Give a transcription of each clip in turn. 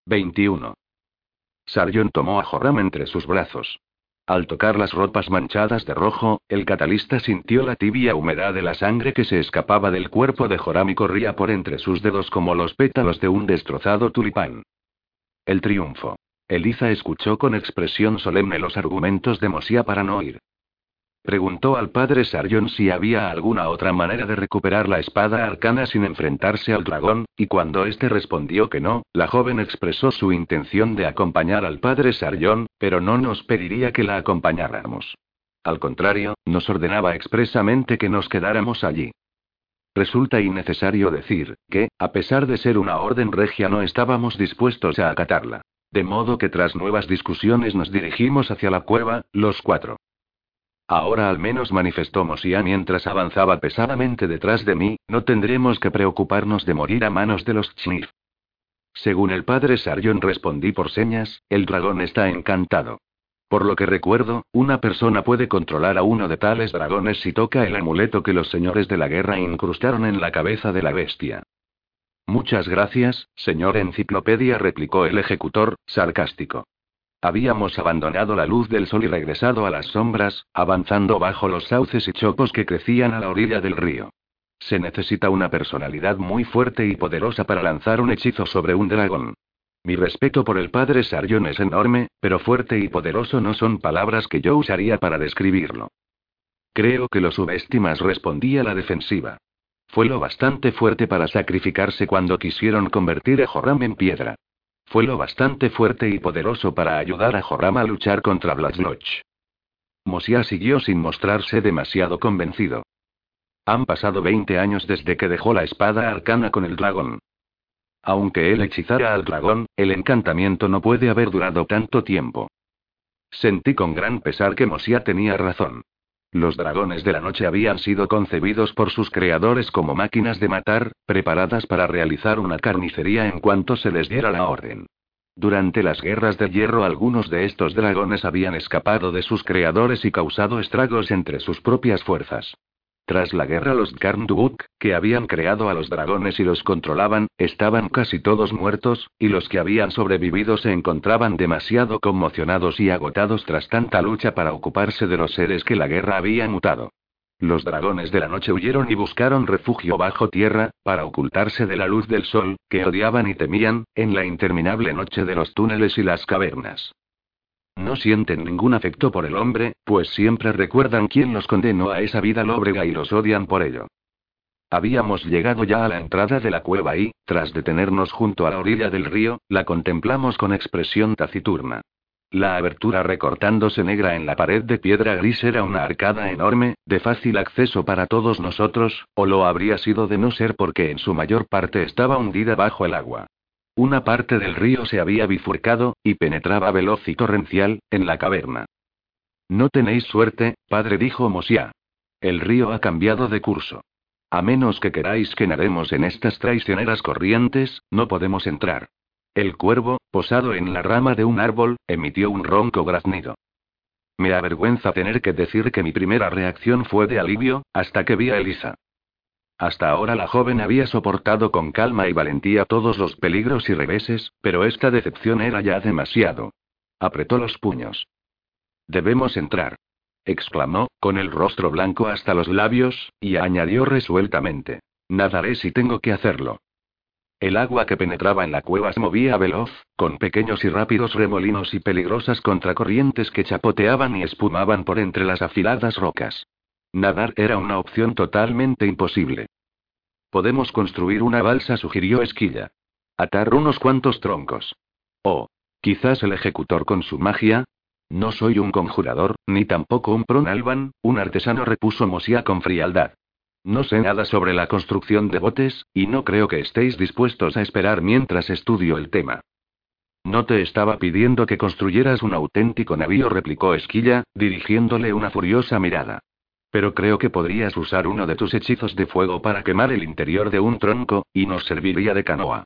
21. Sarjon tomó a Joram entre sus brazos. Al tocar las ropas manchadas de rojo, el catalista sintió la tibia humedad de la sangre que se escapaba del cuerpo de Joram y corría por entre sus dedos como los pétalos de un destrozado tulipán. El triunfo. Eliza escuchó con expresión solemne los argumentos de Mosiah para no ir. Preguntó al padre Sarjon si había alguna otra manera de recuperar la espada arcana sin enfrentarse al dragón, y cuando éste respondió que no, la joven expresó su intención de acompañar al padre Sarjon, pero no nos pediría que la acompañáramos. Al contrario, nos ordenaba expresamente que nos quedáramos allí. Resulta innecesario decir que, a pesar de ser una orden regia, no estábamos dispuestos a acatarla. De modo que tras nuevas discusiones nos dirigimos hacia la cueva, los 4. Ahora al menos, manifestó Mosiah mientras avanzaba pesadamente detrás de mí, no tendremos que preocuparnos de morir a manos de los Chnif. Según el padre Sarjon, respondí por señas, el dragón está encantado. Por lo que recuerdo, una persona puede controlar a uno de tales dragones si toca el amuleto que los señores de la guerra incrustaron en la cabeza de la bestia. Muchas gracias, señor Enciclopedia, replicó el ejecutor, sarcástico. Habíamos abandonado la luz del sol y regresado a las sombras, avanzando bajo los sauces y chopos que crecían a la orilla del río. Se necesita una personalidad muy fuerte y poderosa para lanzar un hechizo sobre un dragón. Mi respeto por el padre Sarjon es enorme, pero fuerte y poderoso no son palabras que yo usaría para describirlo. Creo que lo subestimas, respondí a la defensiva. Fue lo bastante fuerte para sacrificarse cuando quisieron convertir a Joram en piedra. Fue lo bastante fuerte y poderoso para ayudar a Joram a luchar contra Blazloch. Mosiah siguió sin mostrarse demasiado convencido. Han pasado 20 años desde que dejó la espada arcana con el dragón. Aunque él hechizara al dragón, el encantamiento no puede haber durado tanto tiempo. Sentí con gran pesar que Mosiah tenía razón. Los dragones de la noche habían sido concebidos por sus creadores como máquinas de matar, preparadas para realizar una carnicería en cuanto se les diera la orden. Durante las guerras de hierro, algunos de estos dragones habían escapado de sus creadores y causado estragos entre sus propias fuerzas. Tras la guerra, los Dgarndubuk, que habían creado a los dragones y los controlaban, estaban casi todos muertos, y los que habían sobrevivido se encontraban demasiado conmocionados y agotados tras tanta lucha para ocuparse de los seres que la guerra había mutado. Los dragones de la noche huyeron y buscaron refugio bajo tierra, para ocultarse de la luz del sol, que odiaban y temían, en la interminable noche de los túneles y las cavernas. No sienten ningún afecto por el hombre, pues siempre recuerdan quién los condenó a esa vida lóbrega y los odian por ello. Habíamos llegado ya a la entrada de la cueva y, tras detenernos junto a la orilla del río, la contemplamos con expresión taciturna. La abertura recortándose negra en la pared de piedra gris era una arcada enorme, de fácil acceso para todos nosotros, o lo habría sido de no ser porque en su mayor parte estaba hundida bajo el agua. Una parte del río se había bifurcado, y penetraba veloz y torrencial, en la caverna. No tenéis suerte, padre, dijo Mosiah. El río ha cambiado de curso. A menos que queráis que nademos en estas traicioneras corrientes, no podemos entrar. El cuervo, posado en la rama de un árbol, emitió un ronco graznido. Me avergüenza tener que decir que mi primera reacción fue de alivio, hasta que vi a Eliza. Hasta ahora la joven había soportado con calma y valentía todos los peligros y reveses, pero esta decepción era ya demasiado. Apretó los puños. Debemos entrar, exclamó, con el rostro blanco hasta los labios, y añadió resueltamente. Nadaré si tengo que hacerlo. El agua que penetraba en la cueva se movía veloz, con pequeños y rápidos remolinos y peligrosas contracorrientes que chapoteaban y espumaban por entre las afiladas rocas. Nadar era una opción totalmente imposible. Podemos construir una balsa, sugirió Esquilla. Atar unos cuantos troncos. O, quizás el ejecutor con su magia. No soy un conjurador, ni tampoco un pronalban, un artesano, repuso Mosiah con frialdad. No sé nada sobre la construcción de botes, y no creo que estéis dispuestos a esperar mientras estudio el tema. No te estaba pidiendo que construyeras un auténtico navío, replicó Esquilla, dirigiéndole una furiosa mirada. Pero creo que podrías usar uno de tus hechizos de fuego para quemar el interior de un tronco, y nos serviría de canoa.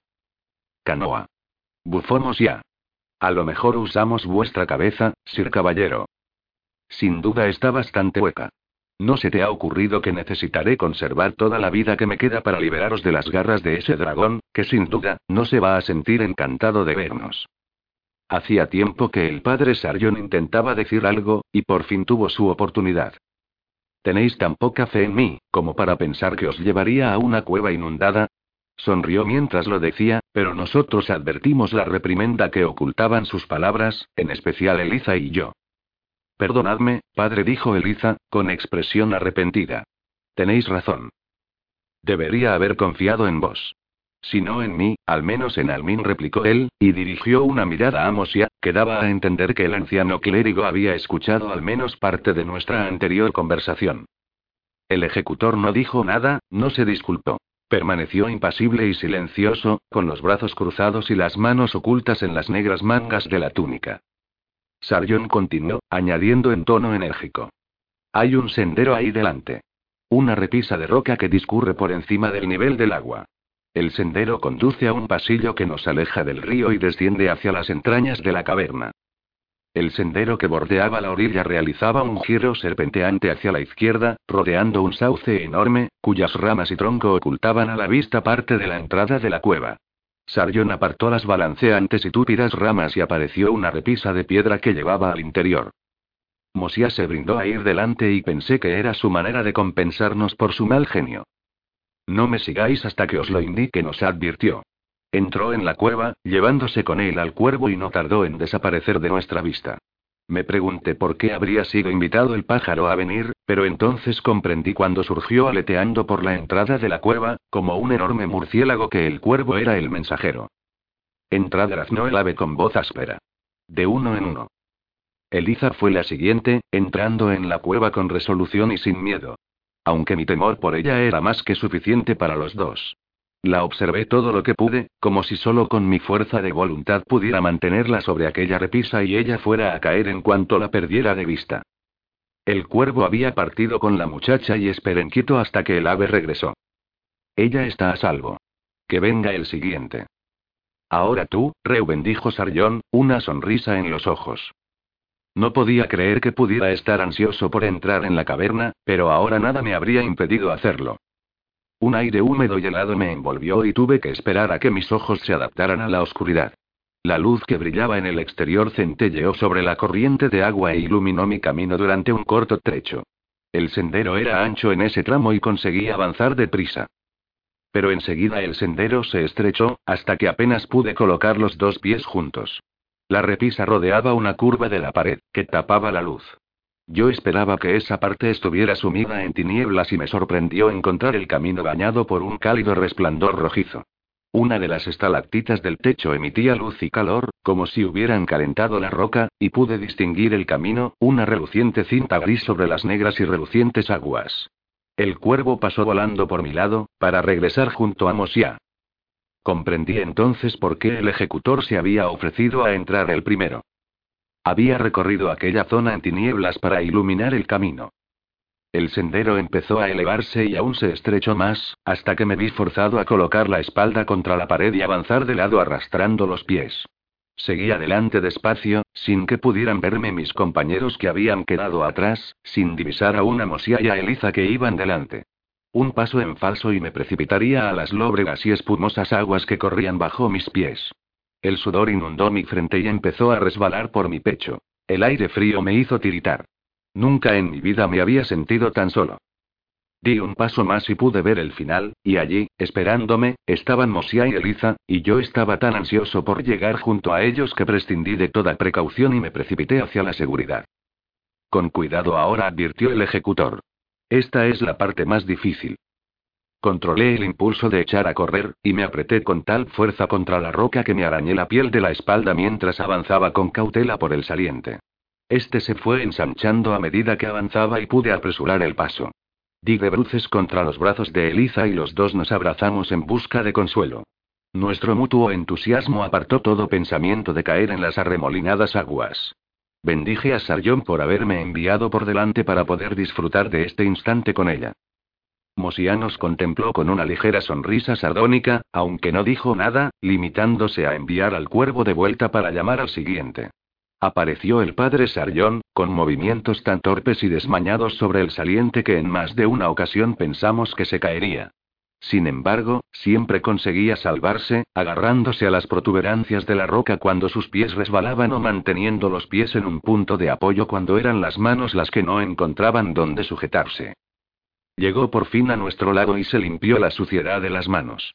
Canoa. Bufó Mosiah. A lo mejor usamos vuestra cabeza, Sir Caballero. Sin duda está bastante hueca. ¿No se te ha ocurrido que necesitaré conservar toda la vida que me queda para liberaros de las garras de ese dragón, que sin duda, no se va a sentir encantado de vernos? Hacía tiempo que el padre Sarjon intentaba decir algo, y por fin tuvo su oportunidad. ¿Tenéis tan poca fe en mí, como para pensar que os llevaría a una cueva inundada? Sonrió mientras lo decía, pero nosotros advertimos la reprimenda que ocultaban sus palabras, en especial Eliza y yo. Perdonadme, padre, dijo Eliza, con expresión arrepentida. Tenéis razón. Debería haber confiado en vos. Si no en mí, al menos en Almin, replicó él, y dirigió una mirada a Mosia, que daba a entender que el anciano clérigo había escuchado al menos parte de nuestra anterior conversación. El ejecutor no dijo nada, no se disculpó. Permaneció impasible y silencioso, con los brazos cruzados y las manos ocultas en las negras mangas de la túnica. Sarjon continuó, añadiendo en tono enérgico. Hay un sendero ahí delante. Una repisa de roca que discurre por encima del nivel del agua. El sendero conduce a un pasillo que nos aleja del río y desciende hacia las entrañas de la caverna. El sendero que bordeaba la orilla realizaba un giro serpenteante hacia la izquierda, rodeando un sauce enorme, cuyas ramas y tronco ocultaban a la vista parte de la entrada de la cueva. Sarjon apartó las balanceantes y túpidas ramas y apareció una repisa de piedra que llevaba al interior. Mosia se brindó a ir delante y pensé que era su manera de compensarnos por su mal genio. No me sigáis hasta que os lo indique, nos advirtió. Entró en la cueva, llevándose con él al cuervo, y no tardó en desaparecer de nuestra vista. Me pregunté por qué habría sido invitado el pájaro a venir, pero entonces comprendí cuando surgió aleteando por la entrada de la cueva, como un enorme murciélago, que el cuervo era el mensajero. Entrad, graznó el ave con voz áspera. De uno en uno. Eliza fue la siguiente, entrando en la cueva con resolución y sin miedo. Aunque mi temor por ella era más que suficiente para los dos. La observé todo lo que pude, como si solo con mi fuerza de voluntad pudiera mantenerla sobre aquella repisa y ella fuera a caer en cuanto la perdiera de vista. El cuervo había partido con la muchacha y esperé inquieto hasta que el ave regresó. Ella está a salvo. Que venga el siguiente. Ahora tú, Reuben, dijo Sarjon, una sonrisa en los ojos. No podía creer que pudiera estar ansioso por entrar en la caverna, pero ahora nada me habría impedido hacerlo. Un aire húmedo y helado me envolvió y tuve que esperar a que mis ojos se adaptaran a la oscuridad. La luz que brillaba en el exterior centelleó sobre la corriente de agua e iluminó mi camino durante un corto trecho. El sendero era ancho en ese tramo y conseguí avanzar deprisa. Pero enseguida el sendero se estrechó, hasta que apenas pude colocar los dos pies juntos. La repisa rodeaba una curva de la pared, que tapaba la luz. Yo esperaba que esa parte estuviera sumida en tinieblas y me sorprendió encontrar el camino bañado por un cálido resplandor rojizo. Una de las estalactitas del techo emitía luz y calor, como si hubieran calentado la roca, y pude distinguir el camino, una reluciente cinta gris sobre las negras y relucientes aguas. El cuervo pasó volando por mi lado, para regresar junto a Mosia. Comprendí entonces por qué el ejecutor se había ofrecido a entrar el primero. Había recorrido aquella zona en tinieblas para iluminar el camino. El sendero empezó a elevarse y aún se estrechó más, hasta que me vi forzado a colocar la espalda contra la pared y avanzar de lado arrastrando los pies. Seguí adelante despacio, sin que pudieran verme mis compañeros que habían quedado atrás, sin divisar aún a Mosia y a Eliza que iban delante. Un paso en falso y me precipitaría a las lóbregas y espumosas aguas que corrían bajo mis pies. El sudor inundó mi frente y empezó a resbalar por mi pecho. El aire frío me hizo tiritar. Nunca en mi vida me había sentido tan solo. Di un paso más y pude ver el final, y allí, esperándome, estaban Mosia y Eliza, y yo estaba tan ansioso por llegar junto a ellos que prescindí de toda precaución y me precipité hacia la seguridad. Con cuidado ahora, advirtió el ejecutor. Esta es la parte más difícil. Controlé el impulso de echar a correr, y me apreté con tal fuerza contra la roca que me arañé la piel de la espalda mientras avanzaba con cautela por el saliente. Este se fue ensanchando a medida que avanzaba y pude apresurar el paso. Di de bruces contra los brazos de Eliza y los dos nos abrazamos en busca de consuelo. Nuestro mutuo entusiasmo apartó todo pensamiento de caer en las arremolinadas aguas. Bendije a Sarjon por haberme enviado por delante para poder disfrutar de este instante con ella. Mosia nos contempló con una ligera sonrisa sardónica, aunque no dijo nada, limitándose a enviar al cuervo de vuelta para llamar al siguiente. Apareció el padre Sarjón, con movimientos tan torpes y desmañados sobre el saliente que en más de una ocasión pensamos que se caería. Sin embargo, siempre conseguía salvarse, agarrándose a las protuberancias de la roca cuando sus pies resbalaban o manteniendo los pies en un punto de apoyo cuando eran las manos las que no encontraban dónde sujetarse. Llegó por fin a nuestro lado y se limpió la suciedad de las manos.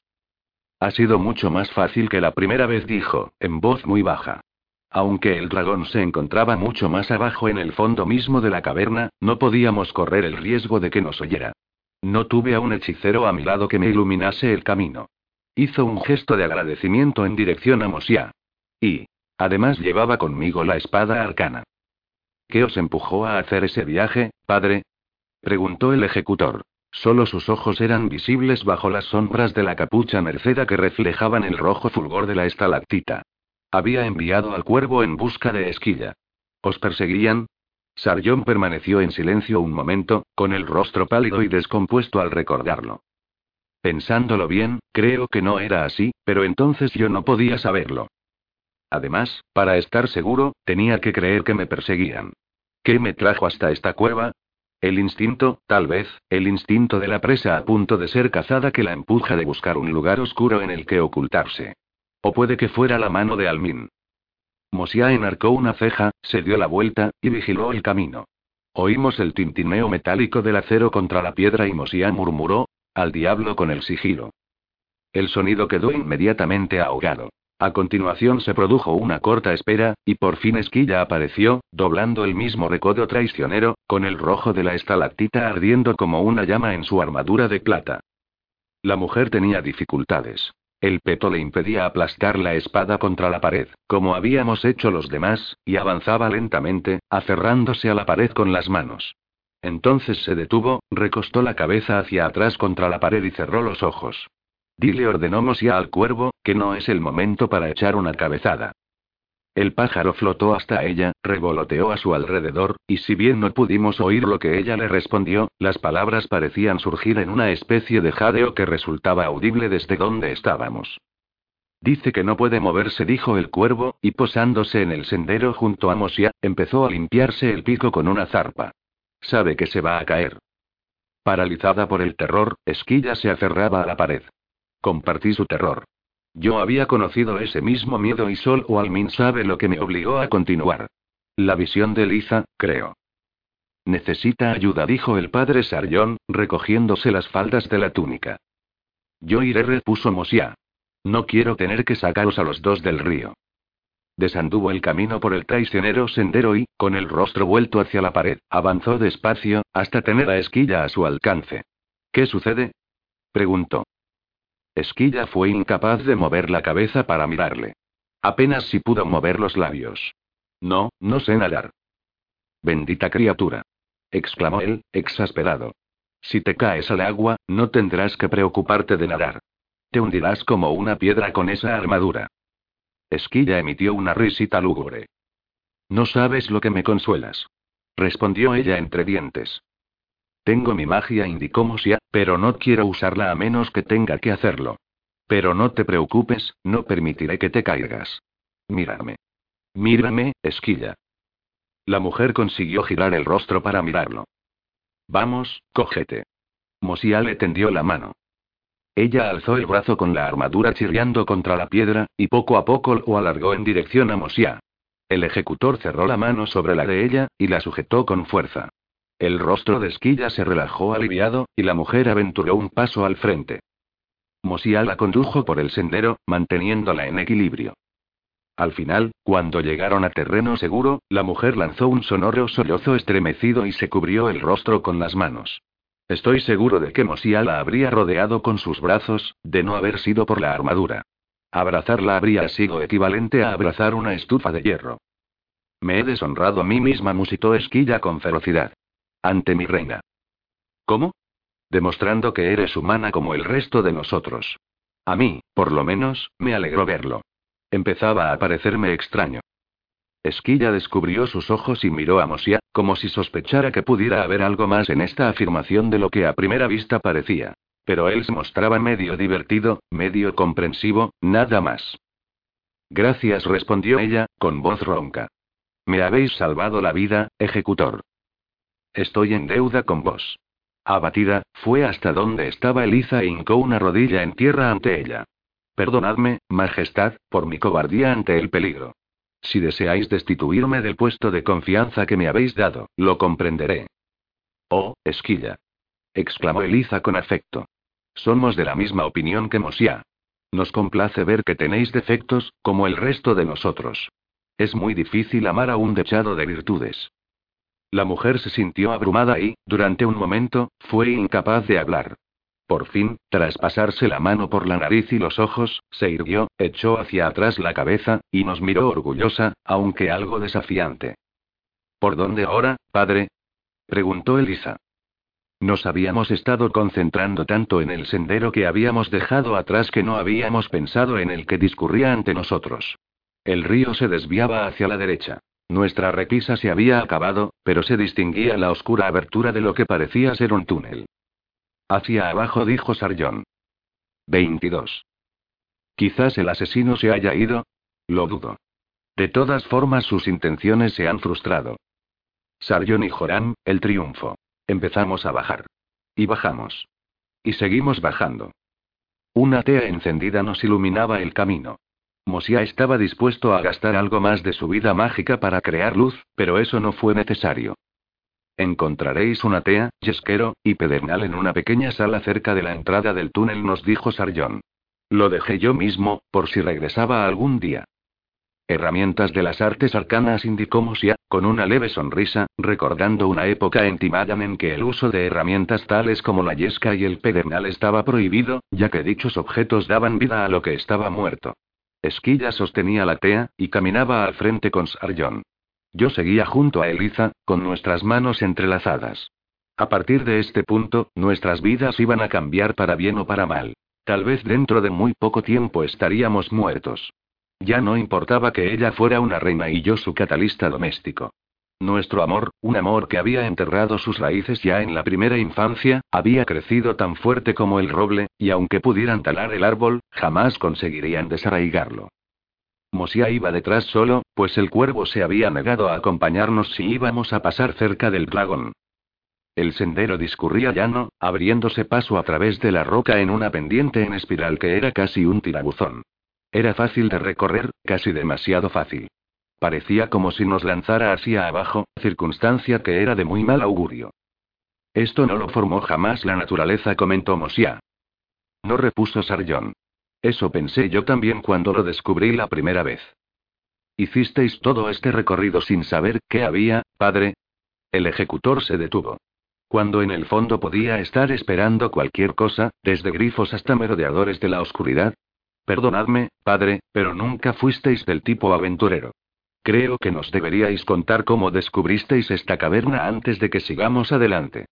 Ha sido mucho más fácil que la primera vez, dijo, en voz muy baja. Aunque el dragón se encontraba mucho más abajo en el fondo mismo de la caverna, no podíamos correr el riesgo de que nos oyera. No tuve a un hechicero a mi lado que me iluminase el camino. Hizo un gesto de agradecimiento en dirección a Mosiah. Y, además, llevaba conmigo la espada arcana. ¿Qué os empujó a hacer ese viaje, padre?, preguntó el ejecutor. Solo sus ojos eran visibles bajo las sombras de la capucha merceda que reflejaban el rojo fulgor de la estalactita. Había enviado al cuervo en busca de Esquilla. ¿Os perseguían? Sarjón permaneció en silencio un momento, con el rostro pálido y descompuesto al recordarlo. Pensándolo bien, creo que no era así, pero entonces yo no podía saberlo. Además, para estar seguro, tenía que creer que me perseguían. ¿Qué me trajo hasta esta cueva? El instinto, tal vez, el instinto de la presa a punto de ser cazada que la empuja de buscar un lugar oscuro en el que ocultarse. O puede que fuera la mano de Almin. Mosiah enarcó una ceja, se dio la vuelta, y vigiló el camino. Oímos el tintineo metálico del acero contra la piedra y Mosiah murmuró: «Al diablo con el sigilo». El sonido quedó inmediatamente ahogado. A continuación se produjo una corta espera, y por fin Esquilla apareció, doblando el mismo recodo traicionero, con el rojo de la estalactita ardiendo como una llama en su armadura de plata. La mujer tenía dificultades. El peto le impedía aplastar la espada contra la pared, como habíamos hecho los demás, y avanzaba lentamente, aferrándose a la pared con las manos. Entonces se detuvo, recostó la cabeza hacia atrás contra la pared y cerró los ojos. Dile, ordenó Mosiah al cuervo, que no es el momento para echar una cabezada. El pájaro flotó hasta ella, revoloteó a su alrededor, y si bien no pudimos oír lo que ella le respondió, las palabras parecían surgir en una especie de jadeo que resultaba audible desde donde estábamos. Dice que no puede moverse, dijo el cuervo, y posándose en el sendero junto a Mosiah, empezó a limpiarse el pico con una zarpa. Sabe que se va a caer. Paralizada por el terror, Esquilla se aferraba a la pared. Compartí su terror. Yo había conocido ese mismo miedo y solo Almin sabe lo que me obligó a continuar. La visión de Liza, creo. Necesita ayuda, dijo el padre Sarjón, recogiéndose las faldas de la túnica. Yo iré, repuso Mosiah. No quiero tener que sacaros a los dos del río. Desanduvo el camino por el traicionero sendero y, con el rostro vuelto hacia la pared, avanzó despacio, hasta tener a Esquilla a su alcance. ¿Qué sucede?, preguntó. Esquilla fue incapaz de mover la cabeza para mirarle. Apenas si pudo mover los labios. No, no sé nadar. Bendita criatura, exclamó él, exasperado. Si te caes al agua, no tendrás que preocuparte de nadar. Te hundirás como una piedra con esa armadura. Esquilla emitió una risita lúgubre. No sabes lo que me consuelas, respondió ella entre dientes. Tengo mi magia, indicó Mosiah, pero no quiero usarla a menos que tenga que hacerlo. Pero no te preocupes, no permitiré que te caigas. Mírame. Mírame, Esquilla. La mujer consiguió girar el rostro para mirarlo. Vamos, cógete. Mosiah le tendió la mano. Ella alzó el brazo con la armadura chirriando contra la piedra, y poco a poco lo alargó en dirección a Mosiah. El ejecutor cerró la mano sobre la de ella, y la sujetó con fuerza. El rostro de Esquilla se relajó aliviado, y la mujer aventuró un paso al frente. Mosiah la condujo por el sendero, manteniéndola en equilibrio. Al final, cuando llegaron a terreno seguro, la mujer lanzó un sonoro sollozo estremecido y se cubrió el rostro con las manos. Estoy seguro de que Mosiah la habría rodeado con sus brazos, de no haber sido por la armadura. Abrazarla habría sido equivalente a abrazar una estufa de hierro. Me he deshonrado a mí misma, musitó Esquilla con ferocidad. Ante mi reina. ¿Cómo? Demostrando que eres humana como el resto de nosotros. A mí, por lo menos, me alegró verlo. Empezaba a parecerme extraño. Esquilla descubrió sus ojos y miró a Mosiah, como si sospechara que pudiera haber algo más en esta afirmación de lo que a primera vista parecía. Pero él se mostraba medio divertido, medio comprensivo, nada más. Gracias, respondió ella, con voz ronca. Me habéis salvado la vida, ejecutor. Estoy en deuda con vos. Abatida, fue hasta donde estaba Eliza e hincó una rodilla en tierra ante ella. Perdonadme, Majestad, por mi cobardía ante el peligro. Si deseáis destituirme del puesto de confianza que me habéis dado, lo comprenderé. Oh, esquilla. Exclamó Eliza con afecto. Somos de la misma opinión que Mosiah. Nos complace ver que tenéis defectos, como el resto de nosotros. Es muy difícil amar a un dechado de virtudes. La mujer se sintió abrumada y, durante un momento, fue incapaz de hablar. Por fin, tras pasarse la mano por la nariz y los ojos, se irguió, echó hacia atrás la cabeza, y nos miró orgullosa, aunque algo desafiante. ¿Por dónde ahora, padre? Preguntó Eliza. Nos habíamos estado concentrando tanto en el sendero que habíamos dejado atrás que no habíamos pensado en el que discurría ante nosotros. El río se desviaba hacia la derecha. Nuestra requisa se había acabado, pero se distinguía la oscura abertura de lo que parecía ser un túnel. Hacia abajo, dijo Sarjon. 22. Quizás el asesino se haya ido. Lo dudo. De todas formas, sus intenciones se han frustrado. Sarjon y Joram, el triunfo. Empezamos a bajar. Y bajamos. Y seguimos bajando. Una tea encendida nos iluminaba el camino. Mosiah estaba dispuesto a gastar algo más de su vida mágica para crear luz, pero eso no fue necesario. Encontraréis una tea, yesquero, y pedernal en una pequeña sala cerca de la entrada del túnel, nos dijo Sarjon. Lo dejé yo mismo, por si regresaba algún día. Herramientas de las artes arcanas, indicó Mosiah, con una leve sonrisa, recordando una época en Timadan en que el uso de herramientas tales como la yesca y el pedernal estaba prohibido, ya que dichos objetos daban vida a lo que estaba muerto. Esquilla sostenía la tea, y caminaba al frente con Sarjon. Yo seguía junto a Eliza, con nuestras manos entrelazadas. A partir de este punto, nuestras vidas iban a cambiar para bien o para mal. Tal vez dentro de muy poco tiempo estaríamos muertos. Ya no importaba que ella fuera una reina y yo su catalista doméstico. Nuestro amor, un amor que había enterrado sus raíces ya en la primera infancia, había crecido tan fuerte como el roble, y aunque pudieran talar el árbol, jamás conseguirían desarraigarlo. Mosiah iba detrás solo, pues el cuervo se había negado a acompañarnos si íbamos a pasar cerca del dragón. El sendero discurría llano, abriéndose paso a través de la roca en una pendiente en espiral que era casi un tirabuzón. Era fácil de recorrer, casi demasiado fácil. Parecía como si nos lanzara hacia abajo, circunstancia que era de muy mal augurio. Esto no lo formó jamás la naturaleza, comentó Mosiah. No, repuso Sarjon. Eso pensé yo también cuando lo descubrí la primera vez. ¿Hicisteis todo este recorrido sin saber qué había, padre? El ejecutor se detuvo. Cuando en el fondo podía estar esperando cualquier cosa, desde grifos hasta merodeadores de la oscuridad. Perdonadme, padre, pero nunca fuisteis del tipo aventurero. Creo que nos deberíais contar cómo descubristeis esta caverna antes de que sigamos adelante.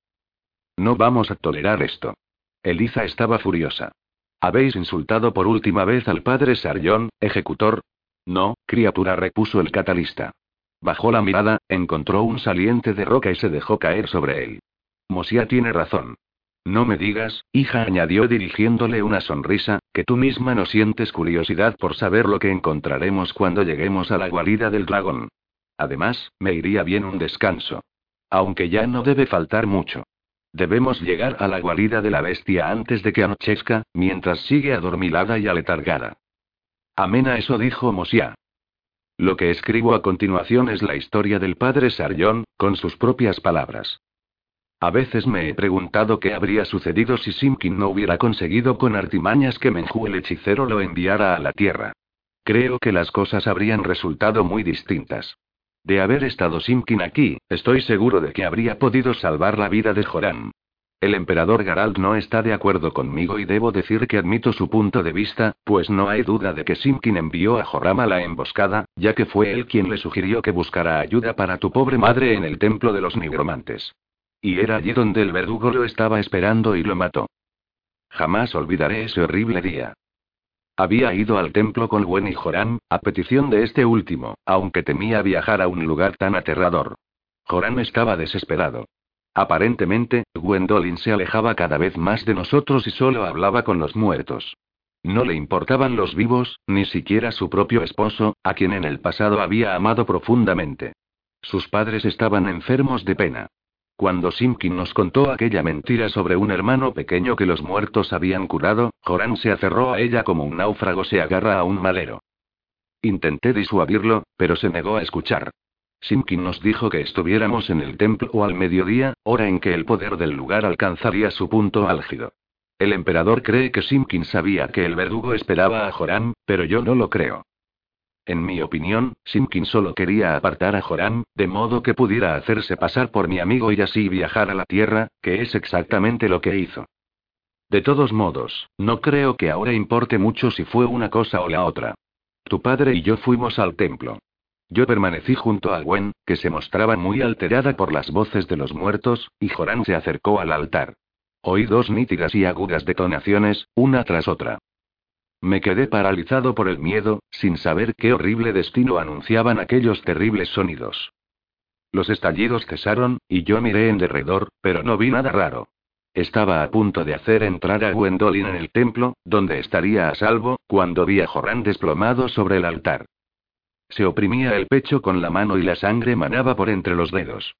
No vamos a tolerar esto. Eliza estaba furiosa. ¿Habéis insultado por última vez al padre Sarjon, ejecutor? No, criatura, repuso el catalista. Bajó la mirada, encontró un saliente de roca y se dejó caer sobre él. Mosiah tiene razón. No me digas, hija, añadió dirigiéndole una sonrisa, que tú misma no sientes curiosidad por saber lo que encontraremos cuando lleguemos a la guarida del dragón. Además, me iría bien un descanso. Aunque ya no debe faltar mucho. Debemos llegar a la guarida de la bestia antes de que anochezca, mientras sigue adormilada y aletargada. Amén a eso, dijo Mosiah. Lo que escribo a continuación es la historia del padre Sarjon, con sus propias palabras. A veces me he preguntado qué habría sucedido si Simkin no hubiera conseguido con artimañas que Menju el hechicero lo enviara a la Tierra. Creo que las cosas habrían resultado muy distintas. De haber estado Simkin aquí, estoy seguro de que habría podido salvar la vida de Joram. El emperador Geralt no está de acuerdo conmigo y debo decir que admito su punto de vista, pues no hay duda de que Simkin envió a Joram a la emboscada, ya que fue él quien le sugirió que buscara ayuda para tu pobre madre en el templo de los nigromantes. Y era allí donde el verdugo lo estaba esperando y lo mató. Jamás olvidaré ese horrible día. Había ido al templo con Gwen y Joram, a petición de este último, aunque temía viajar a un lugar tan aterrador. Joram estaba desesperado. Aparentemente, Gwendolyn se alejaba cada vez más de nosotros y solo hablaba con los muertos. No le importaban los vivos, ni siquiera su propio esposo, a quien en el pasado había amado profundamente. Sus padres estaban enfermos de pena. Cuando Simkin nos contó aquella mentira sobre un hermano pequeño que los muertos habían curado, Joran se aferró a ella como un náufrago se agarra a un madero. Intenté disuadirlo, pero se negó a escuchar. Simkin nos dijo que estuviéramos en el templo al mediodía, hora en que el poder del lugar alcanzaría su punto álgido. El emperador cree que Simkin sabía que el verdugo esperaba a Joran, pero yo no lo creo. En mi opinión, Simkin solo quería apartar a Joran, de modo que pudiera hacerse pasar por mi amigo y así viajar a la Tierra, que es exactamente lo que hizo. De todos modos, no creo que ahora importe mucho si fue una cosa o la otra. Tu padre y yo fuimos al templo. Yo permanecí junto a Gwen, que se mostraba muy alterada por las voces de los muertos, y Joran se acercó al altar. Oí dos nítidas y agudas detonaciones, una tras otra. Me quedé paralizado por el miedo, sin saber qué horrible destino anunciaban aquellos terribles sonidos. Los estallidos cesaron, y yo miré en derredor, pero no vi nada raro. Estaba a punto de hacer entrar a Gwendolyn en el templo, donde estaría a salvo, cuando vi a Joran desplomado sobre el altar. Se oprimía el pecho con la mano y la sangre manaba por entre los dedos.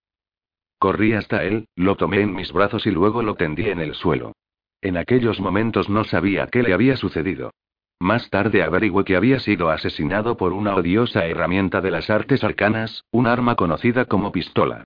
Corrí hasta él, lo tomé en mis brazos y luego lo tendí en el suelo. En aquellos momentos no sabía qué le había sucedido. Más tarde averigüé que había sido asesinado por una odiosa herramienta de las artes arcanas, un arma conocida como pistola.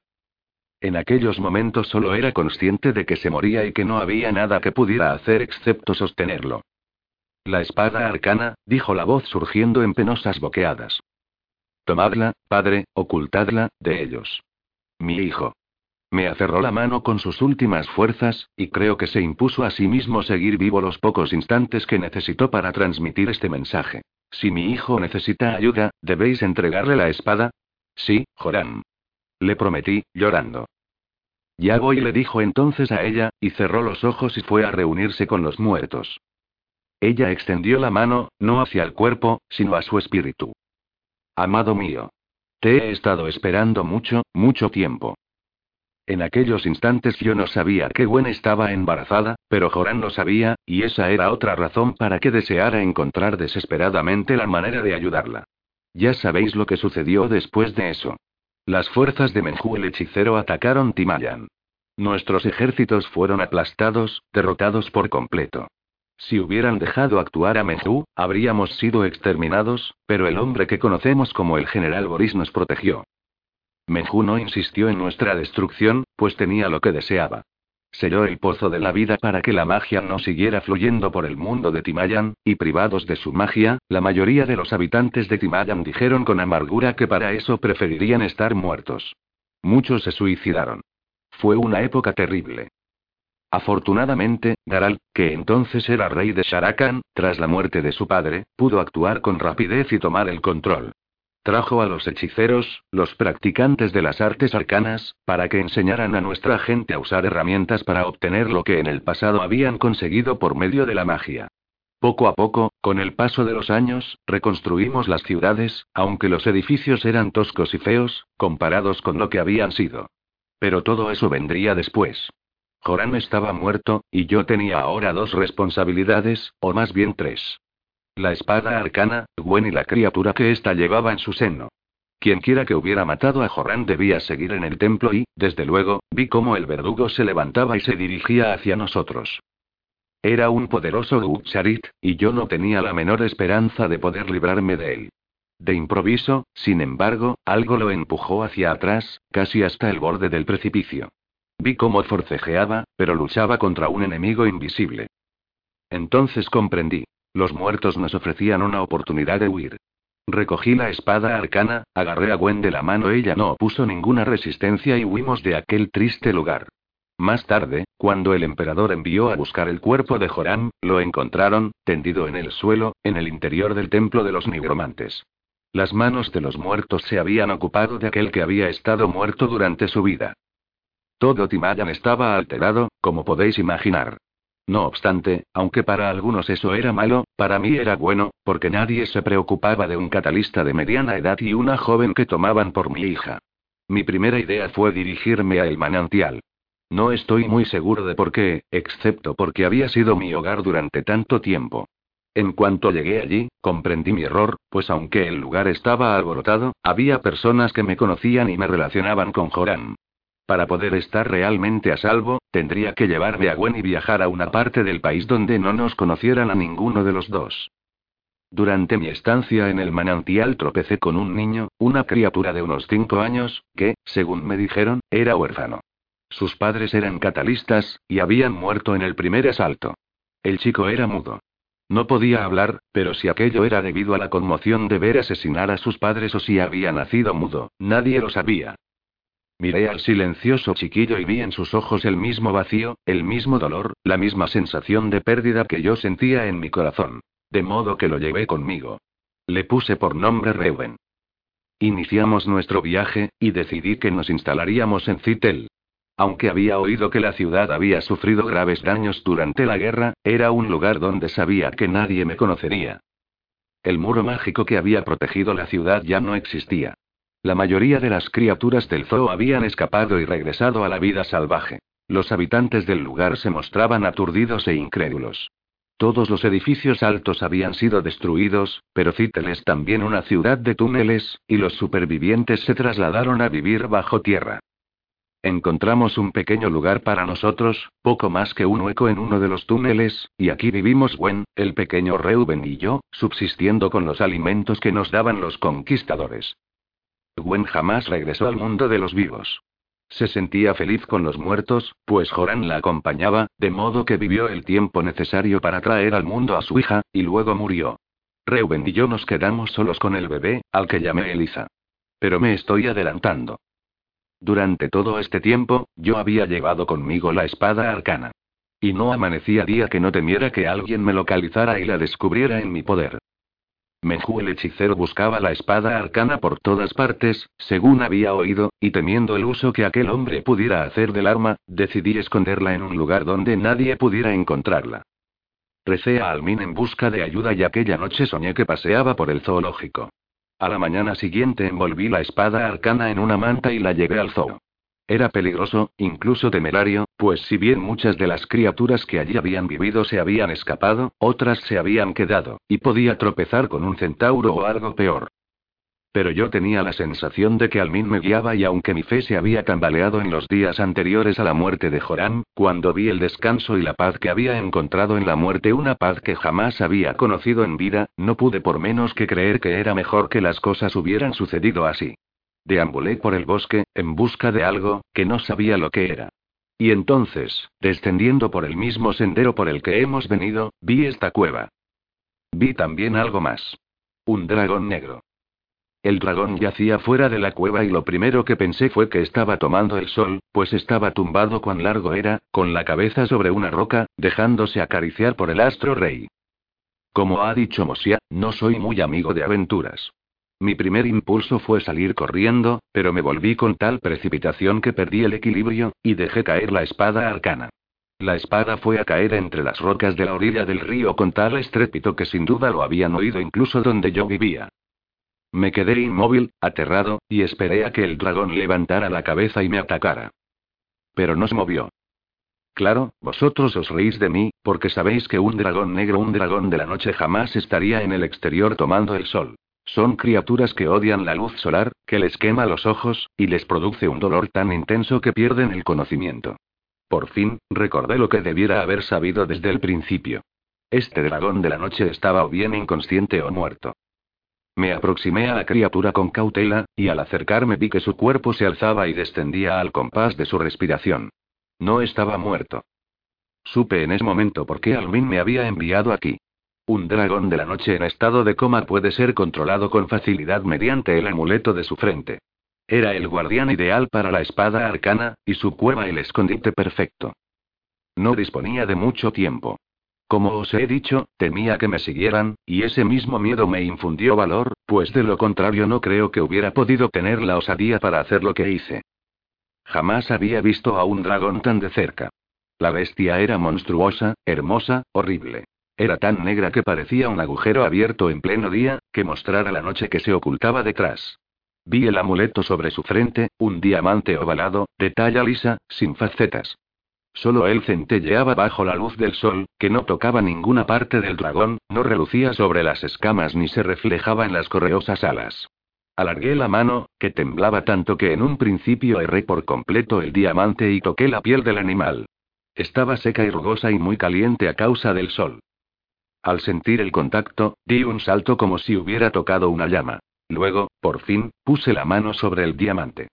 En aquellos momentos solo era consciente de que se moría y que no había nada que pudiera hacer excepto sostenerlo. La espada arcana, dijo la voz surgiendo en penosas boqueadas. Tomadla, padre, ocultadla, de ellos. Mi hijo. Me aferró la mano con sus últimas fuerzas, y creo que se impuso a sí mismo seguir vivo los pocos instantes que necesitó para transmitir este mensaje. Si mi hijo necesita ayuda, ¿debéis entregarle la espada? Sí, Joran. Le prometí, llorando. Ya voy, le dijo entonces a ella, y cerró los ojos y fue a reunirse con los muertos. Ella extendió la mano, no hacia el cuerpo, sino a su espíritu. Amado mío. Te he estado esperando mucho, mucho tiempo. En aquellos instantes yo no sabía que Gwen estaba embarazada, pero Joran lo sabía, y esa era otra razón para que deseara encontrar desesperadamente la manera de ayudarla. Ya sabéis lo que sucedió después de eso. Las fuerzas de Menju el hechicero atacaron Timayan. Nuestros ejércitos fueron aplastados, derrotados por completo. Si hubieran dejado actuar a Menju, habríamos sido exterminados, pero el hombre que conocemos como el general Boris nos protegió. Menju no insistió en nuestra destrucción, pues tenía lo que deseaba. Selló el pozo de la vida para que la magia no siguiera fluyendo por el mundo de Timayan, y privados de su magia, la mayoría de los habitantes de Timayan dijeron con amargura que para eso preferirían estar muertos. Muchos se suicidaron. Fue una época terrible. Afortunadamente, Garal, que entonces era rey de Sharakan, tras la muerte de su padre, pudo actuar con rapidez y tomar el control. Trajo a los hechiceros, los practicantes de las artes arcanas, para que enseñaran a nuestra gente a usar herramientas para obtener lo que en el pasado habían conseguido por medio de la magia. Poco a poco, con el paso de los años, reconstruimos las ciudades, aunque los edificios eran toscos y feos, comparados con lo que habían sido. Pero todo eso vendría después. Joran estaba muerto, y yo tenía ahora dos responsabilidades, o más bien tres. La espada arcana, Gwen y la criatura que ésta llevaba en su seno. Quienquiera que hubiera matado a Joran debía seguir en el templo y, desde luego, vi cómo el verdugo se levantaba y se dirigía hacia nosotros. Era un poderoso Gucharit, y yo no tenía la menor esperanza de poder librarme de él. De improviso, sin embargo, algo lo empujó hacia atrás, casi hasta el borde del precipicio. Vi cómo forcejeaba, pero luchaba contra un enemigo invisible. Entonces comprendí. Los muertos nos ofrecían una oportunidad de huir. Recogí la espada arcana, agarré a Gwen de la mano, ella no opuso ninguna resistencia y huimos de aquel triste lugar. Más tarde, cuando el emperador envió a buscar el cuerpo de Joran, lo encontraron, tendido en el suelo, en el interior del templo de los nigromantes. Las manos de los muertos se habían ocupado de aquel que había estado muerto durante su vida. Todo Timayan estaba alterado, como podéis imaginar. No obstante, aunque para algunos eso era malo, para mí era bueno, porque nadie se preocupaba de un catalista de mediana edad y una joven que tomaban por mi hija. Mi primera idea fue dirigirme a El Manantial. No estoy muy seguro de por qué, excepto porque había sido mi hogar durante tanto tiempo. En cuanto llegué allí, comprendí mi error, pues aunque el lugar estaba alborotado, había personas que me conocían y me relacionaban con Joran. Para poder estar realmente a salvo, tendría que llevarme a Gwen y viajar a una parte del país donde no nos conocieran a ninguno de los dos. Durante mi estancia en el manantial tropecé con un niño, una criatura de unos 5 años, que, según me dijeron, era huérfano. Sus padres eran catalistas, y habían muerto en el primer asalto. El chico era mudo. No podía hablar, pero si aquello era debido a la conmoción de ver asesinar a sus padres o si había nacido mudo, nadie lo sabía. Miré al silencioso chiquillo y vi en sus ojos el mismo vacío, el mismo dolor, la misma sensación de pérdida que yo sentía en mi corazón. De modo que lo llevé conmigo. Le puse por nombre Reuben. Iniciamos nuestro viaje, y decidí que nos instalaríamos en Citel. Aunque había oído que la ciudad había sufrido graves daños durante la guerra, era un lugar donde sabía que nadie me conocería. El muro mágico que había protegido la ciudad ya no existía. La mayoría de las criaturas del zoo habían escapado y regresado a la vida salvaje. Los habitantes del lugar se mostraban aturdidos e incrédulos. Todos los edificios altos habían sido destruidos, pero Citel es también una ciudad de túneles, y los supervivientes se trasladaron a vivir bajo tierra. Encontramos un pequeño lugar para nosotros, poco más que un hueco en uno de los túneles, y aquí vivimos Gwen, el pequeño Reuben y yo, subsistiendo con los alimentos que nos daban los conquistadores. Gwen jamás regresó al mundo de los vivos. Se sentía feliz con los muertos, pues Joran la acompañaba, de modo que vivió el tiempo necesario para traer al mundo a su hija, y luego murió. Reuben y yo nos quedamos solos con el bebé, al que llamé Eliza. Pero me estoy adelantando. Durante todo este tiempo, yo había llevado conmigo la espada arcana. Y no amanecía día que no temiera que alguien me localizara y la descubriera en mi poder. Menju el hechicero buscaba la espada arcana por todas partes, según había oído, y temiendo el uso que aquel hombre pudiera hacer del arma, decidí esconderla en un lugar donde nadie pudiera encontrarla. Recé a Almin en busca de ayuda y aquella noche soñé que paseaba por el zoológico. A la mañana siguiente envolví la espada arcana en una manta y la llevé al zoo. Era peligroso, incluso temerario, pues si bien muchas de las criaturas que allí habían vivido se habían escapado, otras se habían quedado, y podía tropezar con un centauro o algo peor. Pero yo tenía la sensación de que Almin me guiaba y aunque mi fe se había tambaleado en los días anteriores a la muerte de Joran, cuando vi el descanso y la paz que había encontrado en la muerte, una paz que jamás había conocido en vida, no pude por menos que creer que era mejor que las cosas hubieran sucedido así. Deambulé por el bosque, en busca de algo, que no sabía lo que era. Y entonces, descendiendo por el mismo sendero por el que hemos venido, vi esta cueva. Vi también algo más. Un dragón negro. El dragón yacía fuera de la cueva y lo primero que pensé fue que estaba tomando el sol, pues estaba tumbado cuán largo era, con la cabeza sobre una roca, dejándose acariciar por el astro rey. Como ha dicho Mosia, no soy muy amigo de aventuras. Mi primer impulso fue salir corriendo, pero me volví con tal precipitación que perdí el equilibrio, y dejé caer la espada arcana. La espada fue a caer entre las rocas de la orilla del río con tal estrépito que sin duda lo habían oído incluso donde yo vivía. Me quedé inmóvil, aterrado, y esperé a que el dragón levantara la cabeza y me atacara. Pero no se movió. Claro, vosotros os reís de mí, porque sabéis que un dragón negro, un dragón de la noche, jamás estaría en el exterior tomando el sol. Son criaturas que odian la luz solar, que les quema los ojos, y les produce un dolor tan intenso que pierden el conocimiento. Por fin, recordé lo que debiera haber sabido desde el principio. Este dragón de la noche estaba o bien inconsciente o muerto. Me aproximé a la criatura con cautela, y al acercarme vi que su cuerpo se alzaba y descendía al compás de su respiración. No estaba muerto. Supe en ese momento por qué Almin me había enviado aquí. Un dragón de la noche en estado de coma puede ser controlado con facilidad mediante el amuleto de su frente. Era el guardián ideal para la espada arcana, y su cueva el escondite perfecto. No disponía de mucho tiempo. Como os he dicho, temía que me siguieran, y ese mismo miedo me infundió valor, pues de lo contrario no creo que hubiera podido tener la osadía para hacer lo que hice. Jamás había visto a un dragón tan de cerca. La bestia era monstruosa, hermosa, horrible. Era tan negra que parecía un agujero abierto en pleno día, que mostrara la noche que se ocultaba detrás. Vi el amuleto sobre su frente, un diamante ovalado, de talla lisa, sin facetas. Solo él centelleaba bajo la luz del sol, que no tocaba ninguna parte del dragón, no relucía sobre las escamas ni se reflejaba en las correosas alas. Alargué la mano, que temblaba tanto que en un principio erré por completo el diamante y toqué la piel del animal. Estaba seca y rugosa y muy caliente a causa del sol. Al sentir el contacto, di un salto como si hubiera tocado una llama. Luego, por fin, puse la mano sobre el diamante.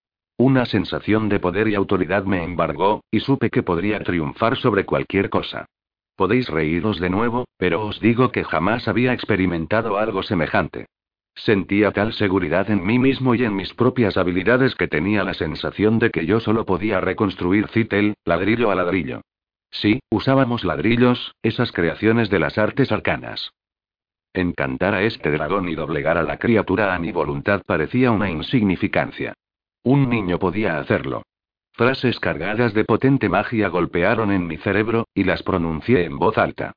Una sensación de poder y autoridad me embargó, y supe que podría triunfar sobre cualquier cosa. Podéis reíros de nuevo, pero os digo que jamás había experimentado algo semejante. Sentía tal seguridad en mí mismo y en mis propias habilidades que tenía la sensación de que yo solo podía reconstruir Cittel, ladrillo a ladrillo. Sí, usábamos ladrillos, esas creaciones de las artes arcanas. Encantar a este dragón y doblegar a la criatura a mi voluntad parecía una insignificancia. Un niño podía hacerlo. Frases cargadas de potente magia golpearon en mi cerebro, y las pronuncié en voz alta.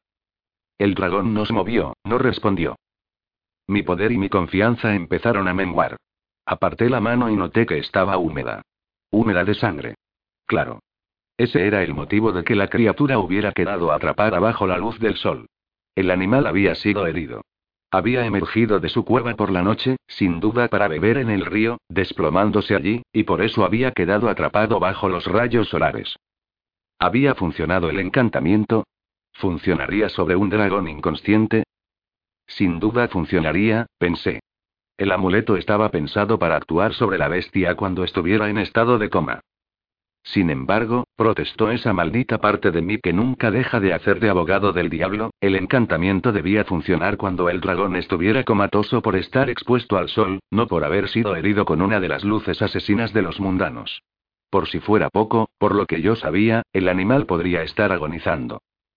El dragón no se movió, no respondió. Mi poder y mi confianza empezaron a menguar. Aparté la mano y noté que estaba húmeda. Húmeda de sangre. Claro. Ese era el motivo de que la criatura hubiera quedado atrapada bajo la luz del sol. El animal había sido herido. Había emergido de su cueva por la noche, sin duda para beber en el río, desplomándose allí, y por eso había quedado atrapado bajo los rayos solares. ¿Había funcionado el encantamiento? ¿Funcionaría sobre un dragón inconsciente? Sin duda funcionaría, pensé. El amuleto estaba pensado para actuar sobre la bestia cuando estuviera en estado de coma. Sin embargo, protestó esa maldita parte de mí que nunca deja de hacer de abogado del diablo, el encantamiento debía funcionar cuando el dragón estuviera comatoso por estar expuesto al sol, no por haber sido herido con una de las luces asesinas de los mundanos. Por si fuera poco, por lo que yo sabía, el animal podría estar agonizando.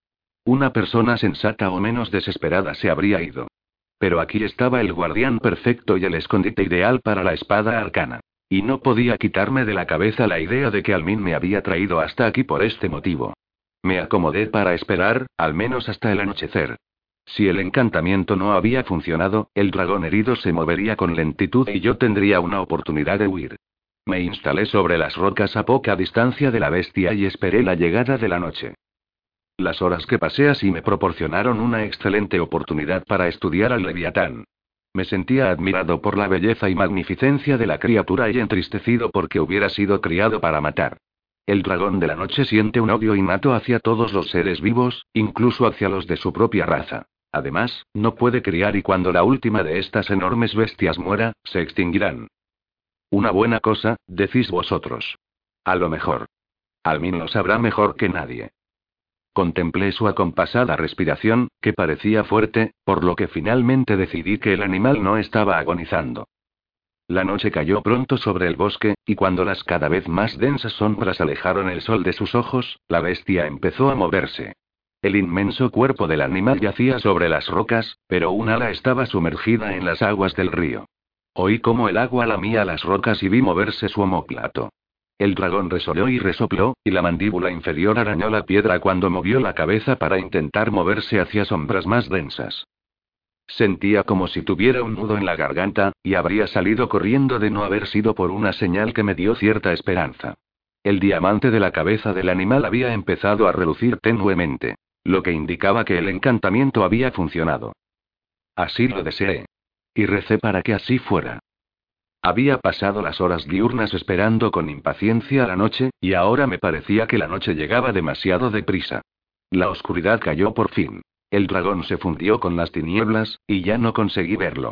Una persona sensata o menos desesperada se habría ido. Pero aquí estaba el guardián perfecto y el escondite ideal para la espada arcana. Y no podía quitarme de la cabeza la idea de que Almin me había traído hasta aquí por este motivo. Me acomodé para esperar, al menos hasta el anochecer. Si el encantamiento no había funcionado, el dragón herido se movería con lentitud y yo tendría una oportunidad de huir. Me instalé sobre las rocas a poca distancia de la bestia y esperé la llegada de la noche. Las horas que pasé así me proporcionaron una excelente oportunidad para estudiar al leviatán. Me sentía admirado por la belleza y magnificencia de la criatura y entristecido porque hubiera sido criado para matar. El dragón de la noche siente un odio innato hacia todos los seres vivos, incluso hacia los de su propia raza. Además, no puede criar y cuando la última de estas enormes bestias muera, se extinguirán. Una buena cosa, decís vosotros. A lo mejor. Almin lo sabrá mejor que nadie. Contemplé su acompasada respiración, que parecía fuerte, por lo que finalmente decidí que el animal no estaba agonizando. La noche cayó pronto sobre el bosque, y cuando las cada vez más densas sombras alejaron el sol de sus ojos, la bestia empezó a moverse. El inmenso cuerpo del animal yacía sobre las rocas, pero un ala estaba sumergida en las aguas del río. Oí cómo el agua lamía las rocas y vi moverse su omóplato. El dragón resolló y resopló, y la mandíbula inferior arañó la piedra cuando movió la cabeza para intentar moverse hacia sombras más densas. Sentía como si tuviera un nudo en la garganta, y habría salido corriendo de no haber sido por una señal que me dio cierta esperanza. El diamante de la cabeza del animal había empezado a relucir tenuemente, lo que indicaba que el encantamiento había funcionado. Así lo deseé. Y recé para que así fuera. Había pasado las horas diurnas esperando con impaciencia la noche, y ahora me parecía que la noche llegaba demasiado deprisa. La oscuridad cayó por fin. El dragón se fundió con las tinieblas, y ya no conseguí verlo.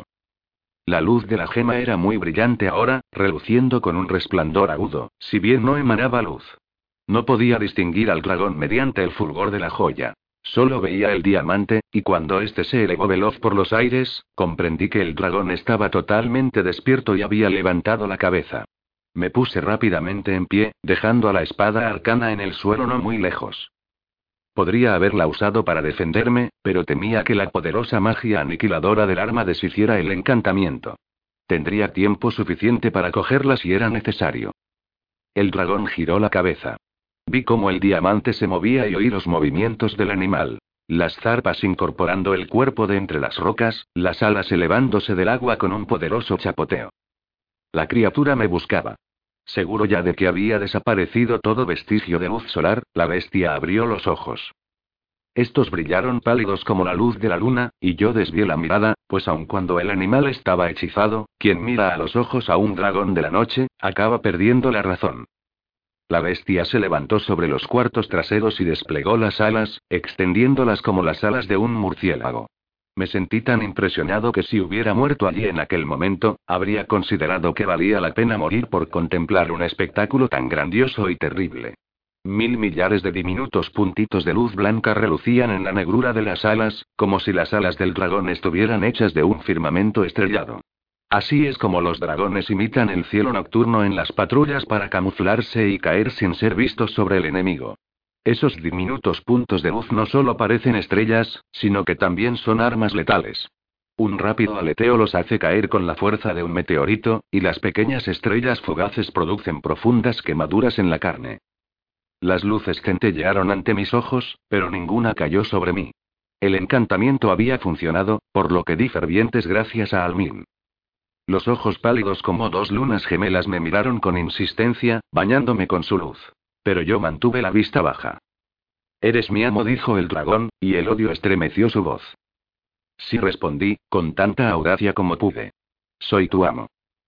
La luz de la gema era muy brillante ahora, reluciendo con un resplandor agudo, si bien no emanaba luz. No podía distinguir al dragón mediante el fulgor de la joya. Solo veía el diamante, y cuando éste se elevó veloz por los aires, comprendí que el dragón estaba totalmente despierto y había levantado la cabeza. Me puse rápidamente en pie, dejando a la espada arcana en el suelo no muy lejos. Podría haberla usado para defenderme, pero temía que la poderosa magia aniquiladora del arma deshiciera el encantamiento. Tendría tiempo suficiente para cogerla si era necesario. El dragón giró la cabeza. Vi cómo el diamante se movía y oí los movimientos del animal. Las zarpas incorporando el cuerpo de entre las rocas, las alas elevándose del agua con un poderoso chapoteo. La criatura me buscaba. Seguro ya de que había desaparecido todo vestigio de luz solar, la bestia abrió los ojos. Estos brillaron pálidos como la luz de la luna, y yo desvié la mirada, pues aun cuando el animal estaba hechizado, quien mira a los ojos a un dragón de la noche, acaba perdiendo la razón. La bestia se levantó sobre los cuartos traseros y desplegó las alas, extendiéndolas como las alas de un murciélago. Me sentí tan impresionado que si hubiera muerto allí en aquel momento, habría considerado que valía la pena morir por contemplar un espectáculo tan grandioso y terrible. 1000 millares de diminutos puntitos de luz blanca relucían en la negrura de las alas, como si las alas del dragón estuvieran hechas de un firmamento estrellado. Así es como los dragones imitan el cielo nocturno en las patrullas para camuflarse y caer sin ser vistos sobre el enemigo. Esos diminutos puntos de luz no solo parecen estrellas, sino que también son armas letales. Un rápido aleteo los hace caer con la fuerza de un meteorito, y las pequeñas estrellas fugaces producen profundas quemaduras en la carne. Las luces centellearon ante mis ojos, pero ninguna cayó sobre mí. El encantamiento había funcionado, por lo que di fervientes gracias a Almin. Los ojos pálidos como dos lunas gemelas me miraron con insistencia, bañándome con su luz. Pero yo mantuve la vista baja. Eres mi amo, dijo el dragón, y el odio estremeció su voz. Sí, respondí, con tanta audacia como pude. Soy tu amo.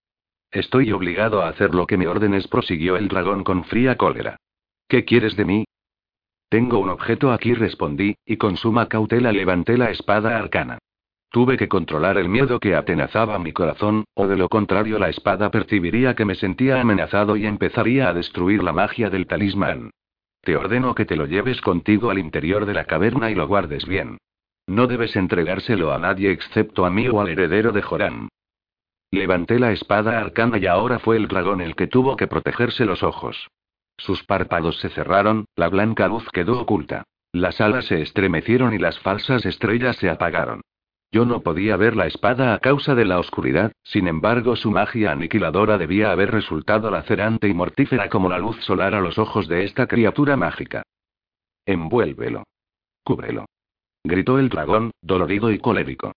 Estoy obligado a hacer lo que me ordenes, prosiguió el dragón con fría cólera. ¿Qué quieres de mí? Tengo un objeto aquí, respondí, y con suma cautela levanté la espada arcana. Tuve que controlar el miedo que atenazaba mi corazón, o de lo contrario la espada percibiría que me sentía amenazado y empezaría a destruir la magia del talismán. Te ordeno que te lo lleves contigo al interior de la caverna y lo guardes bien. No debes entregárselo a nadie excepto a mí o al heredero de Joram. Levanté la espada arcana y ahora fue el dragón el que tuvo que protegerse los ojos. Sus párpados se cerraron, la blanca luz quedó oculta. Las alas se estremecieron y las falsas estrellas se apagaron. Yo no podía ver la espada a causa de la oscuridad, sin embargo su magia aniquiladora debía haber resultado lacerante y mortífera como la luz solar a los ojos de esta criatura mágica. Envuélvelo. Cúbrelo. Gritó el dragón, dolorido y colérico.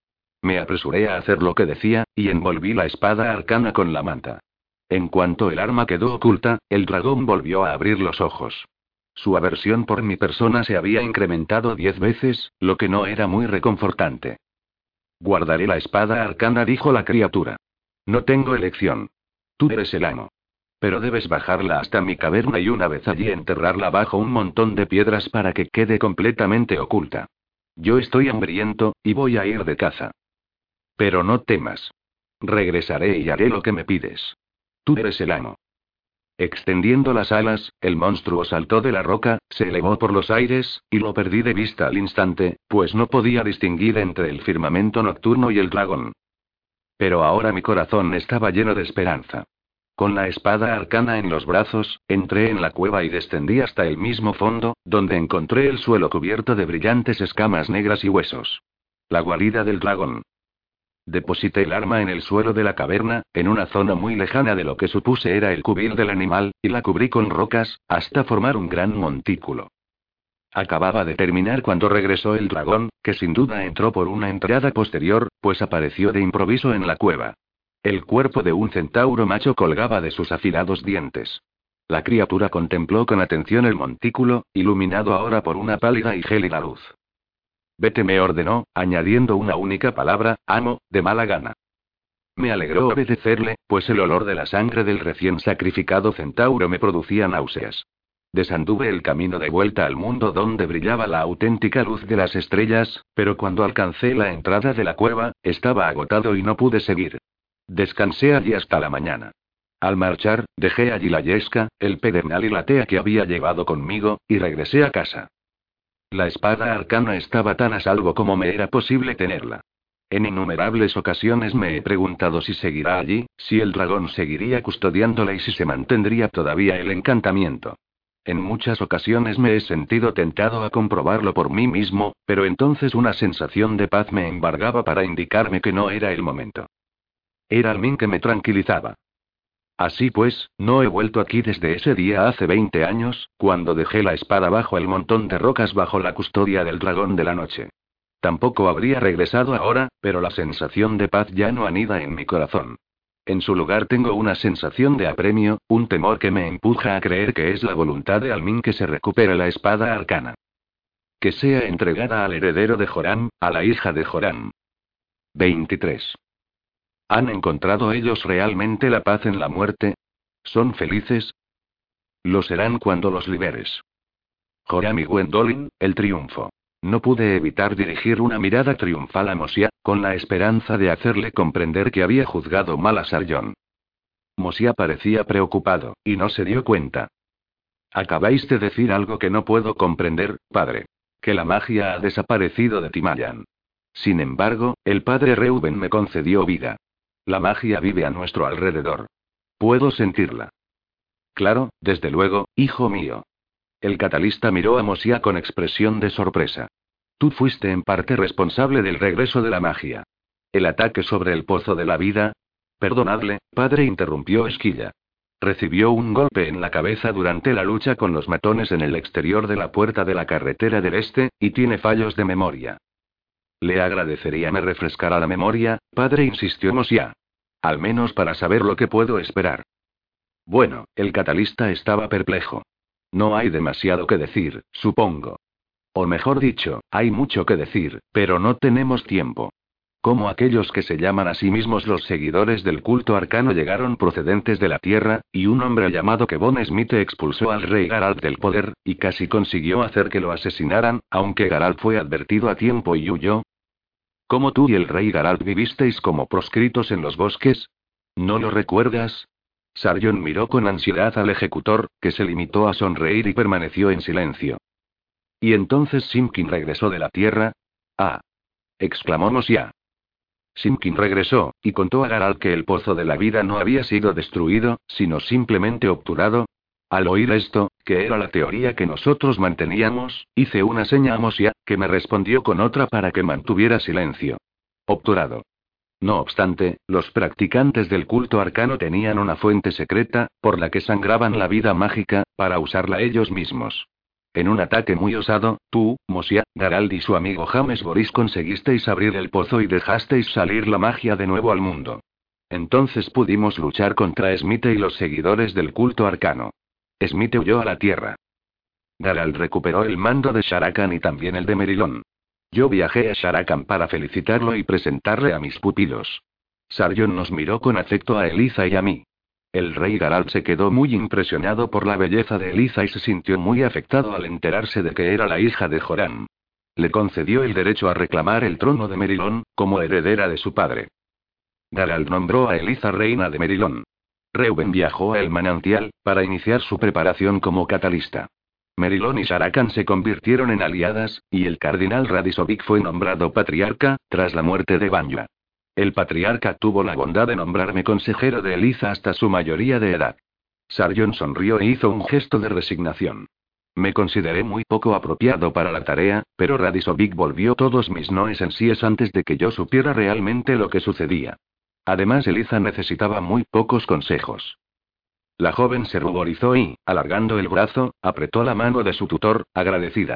Me apresuré a hacer lo que decía, y envolví la espada arcana con la manta. En cuanto el arma quedó oculta, el dragón volvió a abrir los ojos. Su aversión por mi persona se había incrementado 10 veces, lo que no era muy reconfortante. Guardaré la espada arcana, dijo la criatura. No tengo elección. Tú eres el amo. Pero debes bajarla hasta mi caverna y una vez allí enterrarla bajo un montón de piedras para que quede completamente oculta. Yo estoy hambriento, y voy a ir de caza. Pero no temas. Regresaré y haré lo que me pides. Tú eres el amo. Extendiendo las alas, el monstruo saltó de la roca, se elevó por los aires, y lo perdí de vista al instante, pues no podía distinguir entre el firmamento nocturno y el dragón. Pero ahora mi corazón estaba lleno de esperanza. Con la espada arcana en los brazos, entré en la cueva y descendí hasta el mismo fondo, donde encontré el suelo cubierto de brillantes escamas negras y huesos. La guarida del dragón. Deposité el arma en el suelo de la caverna, en una zona muy lejana de lo que supuse era el cubil del animal, y la cubrí con rocas, hasta formar un gran montículo. Acababa de terminar cuando regresó el dragón, que sin duda entró por una entrada posterior, pues apareció de improviso en la cueva. El cuerpo de un centauro macho colgaba de sus afilados dientes. La criatura contempló con atención el montículo, iluminado ahora por una pálida y gélida luz. Vete, me ordenó, añadiendo una única palabra, amo, de mala gana. Me alegró obedecerle, pues el olor de la sangre del recién sacrificado centauro me producía náuseas. Desanduve el camino de vuelta al mundo donde brillaba la auténtica luz de las estrellas, pero cuando alcancé la entrada de la cueva, estaba agotado y no pude seguir. Descansé allí hasta la mañana. Al marchar, dejé allí la yesca, el pedernal y la tea que había llevado conmigo, y regresé a casa. La espada arcana estaba tan a salvo como me era posible tenerla. En innumerables ocasiones me he preguntado si seguirá allí, si el dragón seguiría custodiándola y si se mantendría todavía el encantamiento. En muchas ocasiones me he sentido tentado a comprobarlo por mí mismo, pero entonces una sensación de paz me embargaba para indicarme que no era el momento. Era Almin que me tranquilizaba. Así pues, no he vuelto aquí desde ese día hace 20 años, cuando dejé la espada bajo el montón de rocas bajo la custodia del dragón de la noche. Tampoco habría regresado ahora, pero la sensación de paz ya no anida en mi corazón. En su lugar tengo una sensación de apremio, un temor que me empuja a creer que es la voluntad de Almin que se recupere la espada arcana. Que sea entregada al heredero de Joram, a la hija de Joram. 23. ¿Han encontrado ellos realmente la paz en la muerte? ¿Son felices? Lo serán cuando los liberes. Joram y Gwendolyn, el triunfo. No pude evitar dirigir una mirada triunfal a Mosiah, con la esperanza de hacerle comprender que había juzgado mal a Sarjon. Mosiah parecía preocupado, y no se dio cuenta. Acabáis de decir algo que no puedo comprender, padre. Que la magia ha desaparecido de Timayan. Sin embargo, el padre Reuben me concedió vida. La magia vive a nuestro alrededor. Puedo sentirla. Claro, desde luego, hijo mío. El catalista miró a Mosiah con expresión de sorpresa. Tú fuiste en parte responsable del regreso de la magia. El ataque sobre el pozo de la vida. Perdonadle, padre, interrumpió Esquilla. Recibió un golpe en la cabeza durante la lucha con los matones en el exterior de la puerta de la carretera del este, y tiene fallos de memoria. Le agradecería me refrescara la memoria, padre, insistió Mosiah. Al menos para saber lo que puedo esperar. Bueno, el catalista estaba perplejo. No hay demasiado que decir, supongo. O mejor dicho, hay mucho que decir, pero no tenemos tiempo. Como aquellos que se llaman a sí mismos los seguidores del culto arcano llegaron procedentes de la tierra, y un hombre llamado Kevon Smith expulsó al rey Geralt del poder, y casi consiguió hacer que lo asesinaran, aunque Geralt fue advertido a tiempo y huyó. ¿Cómo tú y el rey Geralt vivisteis como proscritos en los bosques? ¿No lo recuerdas? Sarjon miró con ansiedad al ejecutor, que se limitó a sonreír y permaneció en silencio. ¿Y entonces Simkin regresó de la tierra? ¡Ah! Exclamó Mosiah. Simkin regresó, y contó a Geralt que el pozo de la vida no había sido destruido, sino simplemente obturado. Al oír esto, que era la teoría que nosotros manteníamos, hice una seña a Mosiah, que me respondió con otra para que mantuviera silencio. Obturado. No obstante, los practicantes del culto arcano tenían una fuente secreta, por la que sangraban la vida mágica, para usarla ellos mismos. En un ataque muy osado, tú, Mosiah, Geralt y su amigo James Boris conseguisteis abrir el pozo y dejasteis salir la magia de nuevo al mundo. Entonces pudimos luchar contra Smith y los seguidores del culto arcano. Smith huyó a la tierra. Geralt recuperó el mando de Sharakan y también el de Merilon. Yo viajé a Sharakan para felicitarlo y presentarle a mis pupilos. Sarjon nos miró con afecto a Eliza y a mí. El rey Geralt se quedó muy impresionado por la belleza de Eliza y se sintió muy afectado al enterarse de que era la hija de Joram. Le concedió el derecho a reclamar el trono de Merilon, como heredera de su padre. Geralt nombró a Eliza reina de Merilon. Reuben viajó a El Manantial, para iniciar su preparación como catalista. Merilon y Sharakan se convirtieron en aliadas, y el cardenal Radisovic fue nombrado patriarca, tras la muerte de Banja. El patriarca tuvo la bondad de nombrarme consejero de Eliza hasta su mayoría de edad. Sarjon sonrió e hizo un gesto de resignación. Me consideré muy poco apropiado para la tarea, pero Radisovic volvió todos mis noes en síes antes de que yo supiera realmente lo que sucedía. Además, Eliza necesitaba muy pocos consejos. La joven se ruborizó y, alargando el brazo, apretó la mano de su tutor, agradecida.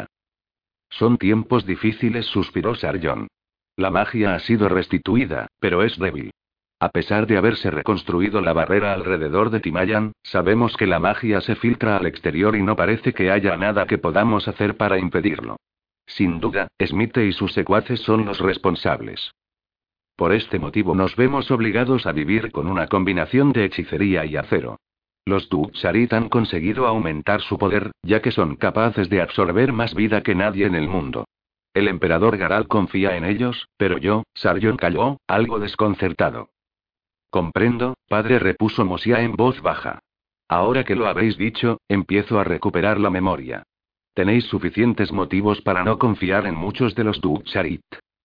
Son tiempos difíciles, suspiró Sarjon. La magia ha sido restituida, pero es débil. A pesar de haberse reconstruido la barrera alrededor de Timayan, sabemos que la magia se filtra al exterior y no parece que haya nada que podamos hacer para impedirlo. Sin duda, Smith y sus secuaces son los responsables. Por este motivo nos vemos obligados a vivir con una combinación de hechicería y acero. Los Duxarit han conseguido aumentar su poder, ya que son capaces de absorber más vida que nadie en el mundo. El emperador Geralt confía en ellos, pero yo, Sarjon calló, algo desconcertado. Comprendo, padre, repuso Mosiah en voz baja. Ahora que lo habéis dicho, empiezo a recuperar la memoria. Tenéis suficientes motivos para no confiar en muchos de los Duxarit.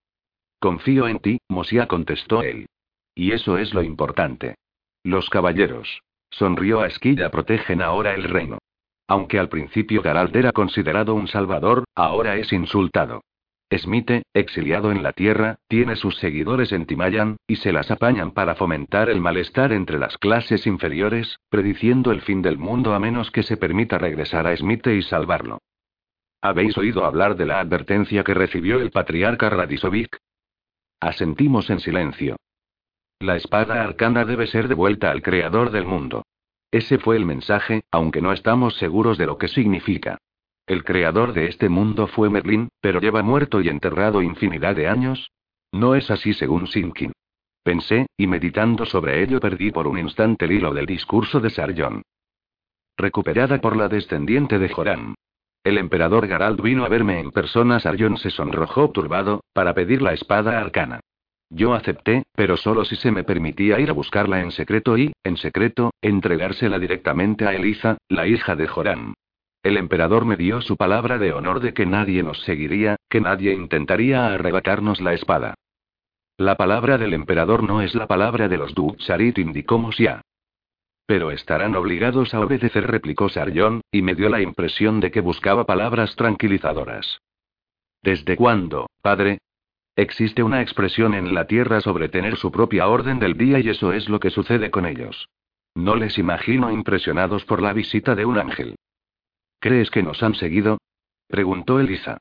Confío en ti, Mosiah, contestó él. Y eso es lo importante. Los caballeros. Sonrió a Esquilla, protegen ahora el reino. Aunque al principio Geralt era considerado un salvador, ahora es insultado. Smith, exiliado en la tierra, tiene sus seguidores en Timayan, y se las apañan para fomentar el malestar entre las clases inferiores, prediciendo el fin del mundo a menos que se permita regresar a Smith y salvarlo. ¿Habéis oído hablar de la advertencia que recibió el patriarca Radisovic? Asentimos en silencio. La espada arcana debe ser devuelta al creador del mundo. Ese fue el mensaje, aunque no estamos seguros de lo que significa. El creador de este mundo fue Merlín, pero lleva muerto y enterrado infinidad de años. No es así según Sinkin. Pensé, y meditando sobre ello perdí por un instante el hilo del discurso de Sarjon. Recuperada por la descendiente de Joran. El emperador Geralt vino a verme en persona. Sarjon se sonrojó turbado, para pedir la espada arcana. Yo acepté, pero solo si se me permitía ir a buscarla en secreto y, en secreto, entregársela directamente a Eliza, la hija de Joran. El emperador me dio su palabra de honor de que nadie nos seguiría, que nadie intentaría arrebatarnos la espada. La palabra del emperador no es la palabra de los Ducharit, indicó Mosia. Pero estarán obligados a obedecer, replicó Sarjon, y me dio la impresión de que buscaba palabras tranquilizadoras. ¿Desde cuándo, padre? Existe una expresión en la Tierra sobre tener su propia orden del día y eso es lo que sucede con ellos. No les imagino impresionados por la visita de un ángel. ¿Crees que nos han seguido? Preguntó Eliza.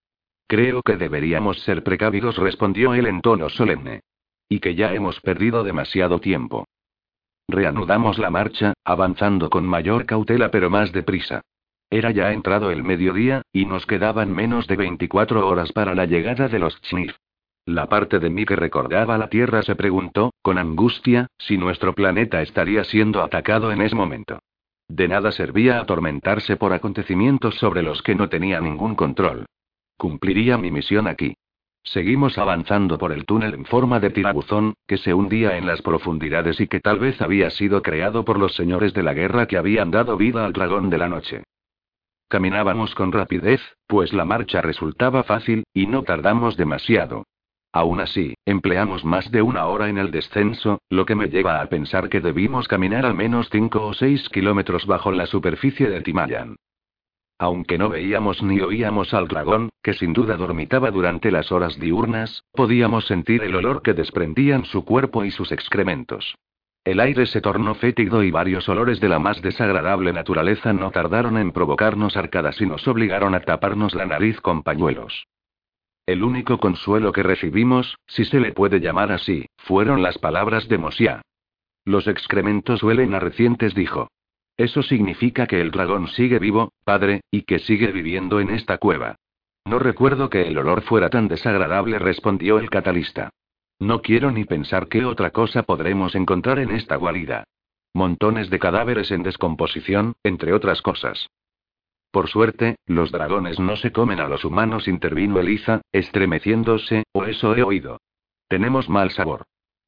Creo que deberíamos ser precavidos, respondió él en tono solemne. Y que ya hemos perdido demasiado tiempo. Reanudamos la marcha, avanzando con mayor cautela pero más deprisa. Era ya entrado el mediodía, y nos quedaban menos de 24 horas para la llegada de los Chnif. La parte de mí que recordaba la Tierra se preguntó, con angustia, si nuestro planeta estaría siendo atacado en ese momento. De nada servía atormentarse por acontecimientos sobre los que no tenía ningún control. Cumpliría mi misión aquí. Seguimos avanzando por el túnel en forma de tirabuzón, que se hundía en las profundidades y que tal vez había sido creado por los señores de la guerra que habían dado vida al dragón de la noche. Caminábamos con rapidez, pues la marcha resultaba fácil, y no tardamos demasiado. Aún así, empleamos más de una hora en el descenso, lo que me lleva a pensar que debimos caminar al menos 5 o 6 kilómetros bajo la superficie de Timayan. Aunque no veíamos ni oíamos al dragón, que sin duda dormitaba durante las horas diurnas, podíamos sentir el olor que desprendían su cuerpo y sus excrementos. El aire se tornó fétido y varios olores de la más desagradable naturaleza no tardaron en provocarnos arcadas y nos obligaron a taparnos la nariz con pañuelos. El único consuelo que recibimos, si se le puede llamar así, fueron las palabras de Mosia. Los excrementos huelen a recientes, dijo. Eso significa que el dragón sigue vivo, padre, y que sigue viviendo en esta cueva. No recuerdo que el olor fuera tan desagradable, respondió el catalista. No quiero ni pensar qué otra cosa podremos encontrar en esta guarida. Montones de cadáveres en descomposición, entre otras cosas. Por suerte, los dragones no se comen a los humanos, intervino Eliza, estremeciéndose, o eso he oído. Tenemos mal sabor.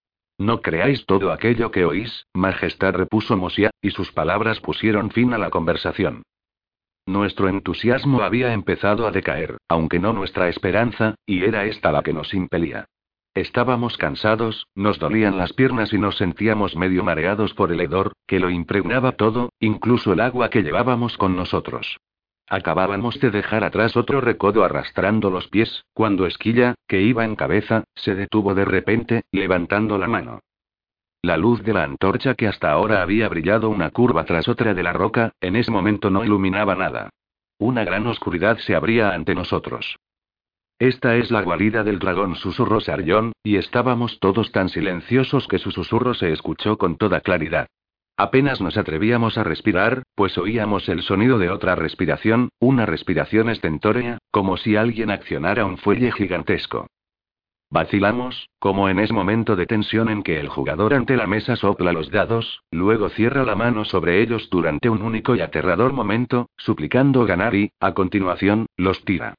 No creáis todo aquello que oís, Majestad, repuso Mosia, y sus palabras pusieron fin a la conversación. Nuestro entusiasmo había empezado a decaer, aunque no nuestra esperanza, y era esta la que nos impelía. Estábamos cansados, nos dolían las piernas y nos sentíamos medio mareados por el hedor, que lo impregnaba todo, incluso el agua que llevábamos con nosotros. Acabábamos de dejar atrás otro recodo arrastrando los pies, cuando Esquilla, que iba en cabeza, se detuvo de repente, levantando la mano. La luz de la antorcha, que hasta ahora había brillado una curva tras otra de la roca, en ese momento no iluminaba nada. Una gran oscuridad se abría ante nosotros. Esta es la guarida del dragón, susurró Sarjon, y estábamos todos tan silenciosos que su susurro se escuchó con toda claridad. Apenas nos atrevíamos a respirar, pues oíamos el sonido de otra respiración, una respiración estentórea, como si alguien accionara un fuelle gigantesco. Vacilamos, como en ese momento de tensión en que el jugador ante la mesa sopla los dados, luego cierra la mano sobre ellos durante un único y aterrador momento, suplicando ganar y, a continuación, los tira.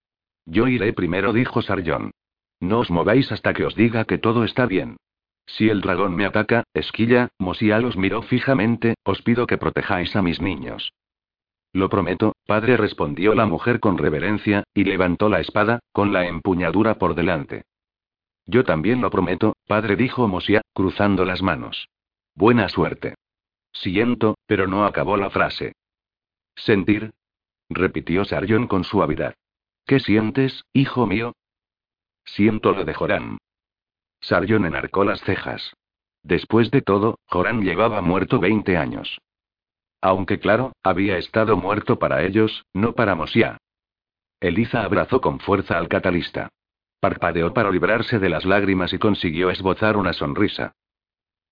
Yo iré primero, dijo Sarjon. No os mováis hasta que os diga que todo está bien. Si el dragón me ataca, Esquilla, Mosia los miró fijamente, os pido que protejáis a mis niños. Lo prometo, padre, respondió la mujer con reverencia, y levantó la espada, con la empuñadura por delante. Yo también lo prometo, padre, dijo Mosia, cruzando las manos. Buena suerte. Siento, pero no acabó la frase. ¿Sentir? Repitió Sarjon con suavidad. ¿Qué sientes, hijo mío? Siento lo de Joran. Sarjon enarcó las cejas. Después de todo, Joran llevaba muerto 20 años. Aunque claro, había estado muerto para ellos, no para Mosia. Eliza abrazó con fuerza al catalista. Parpadeó para librarse de las lágrimas y consiguió esbozar una sonrisa.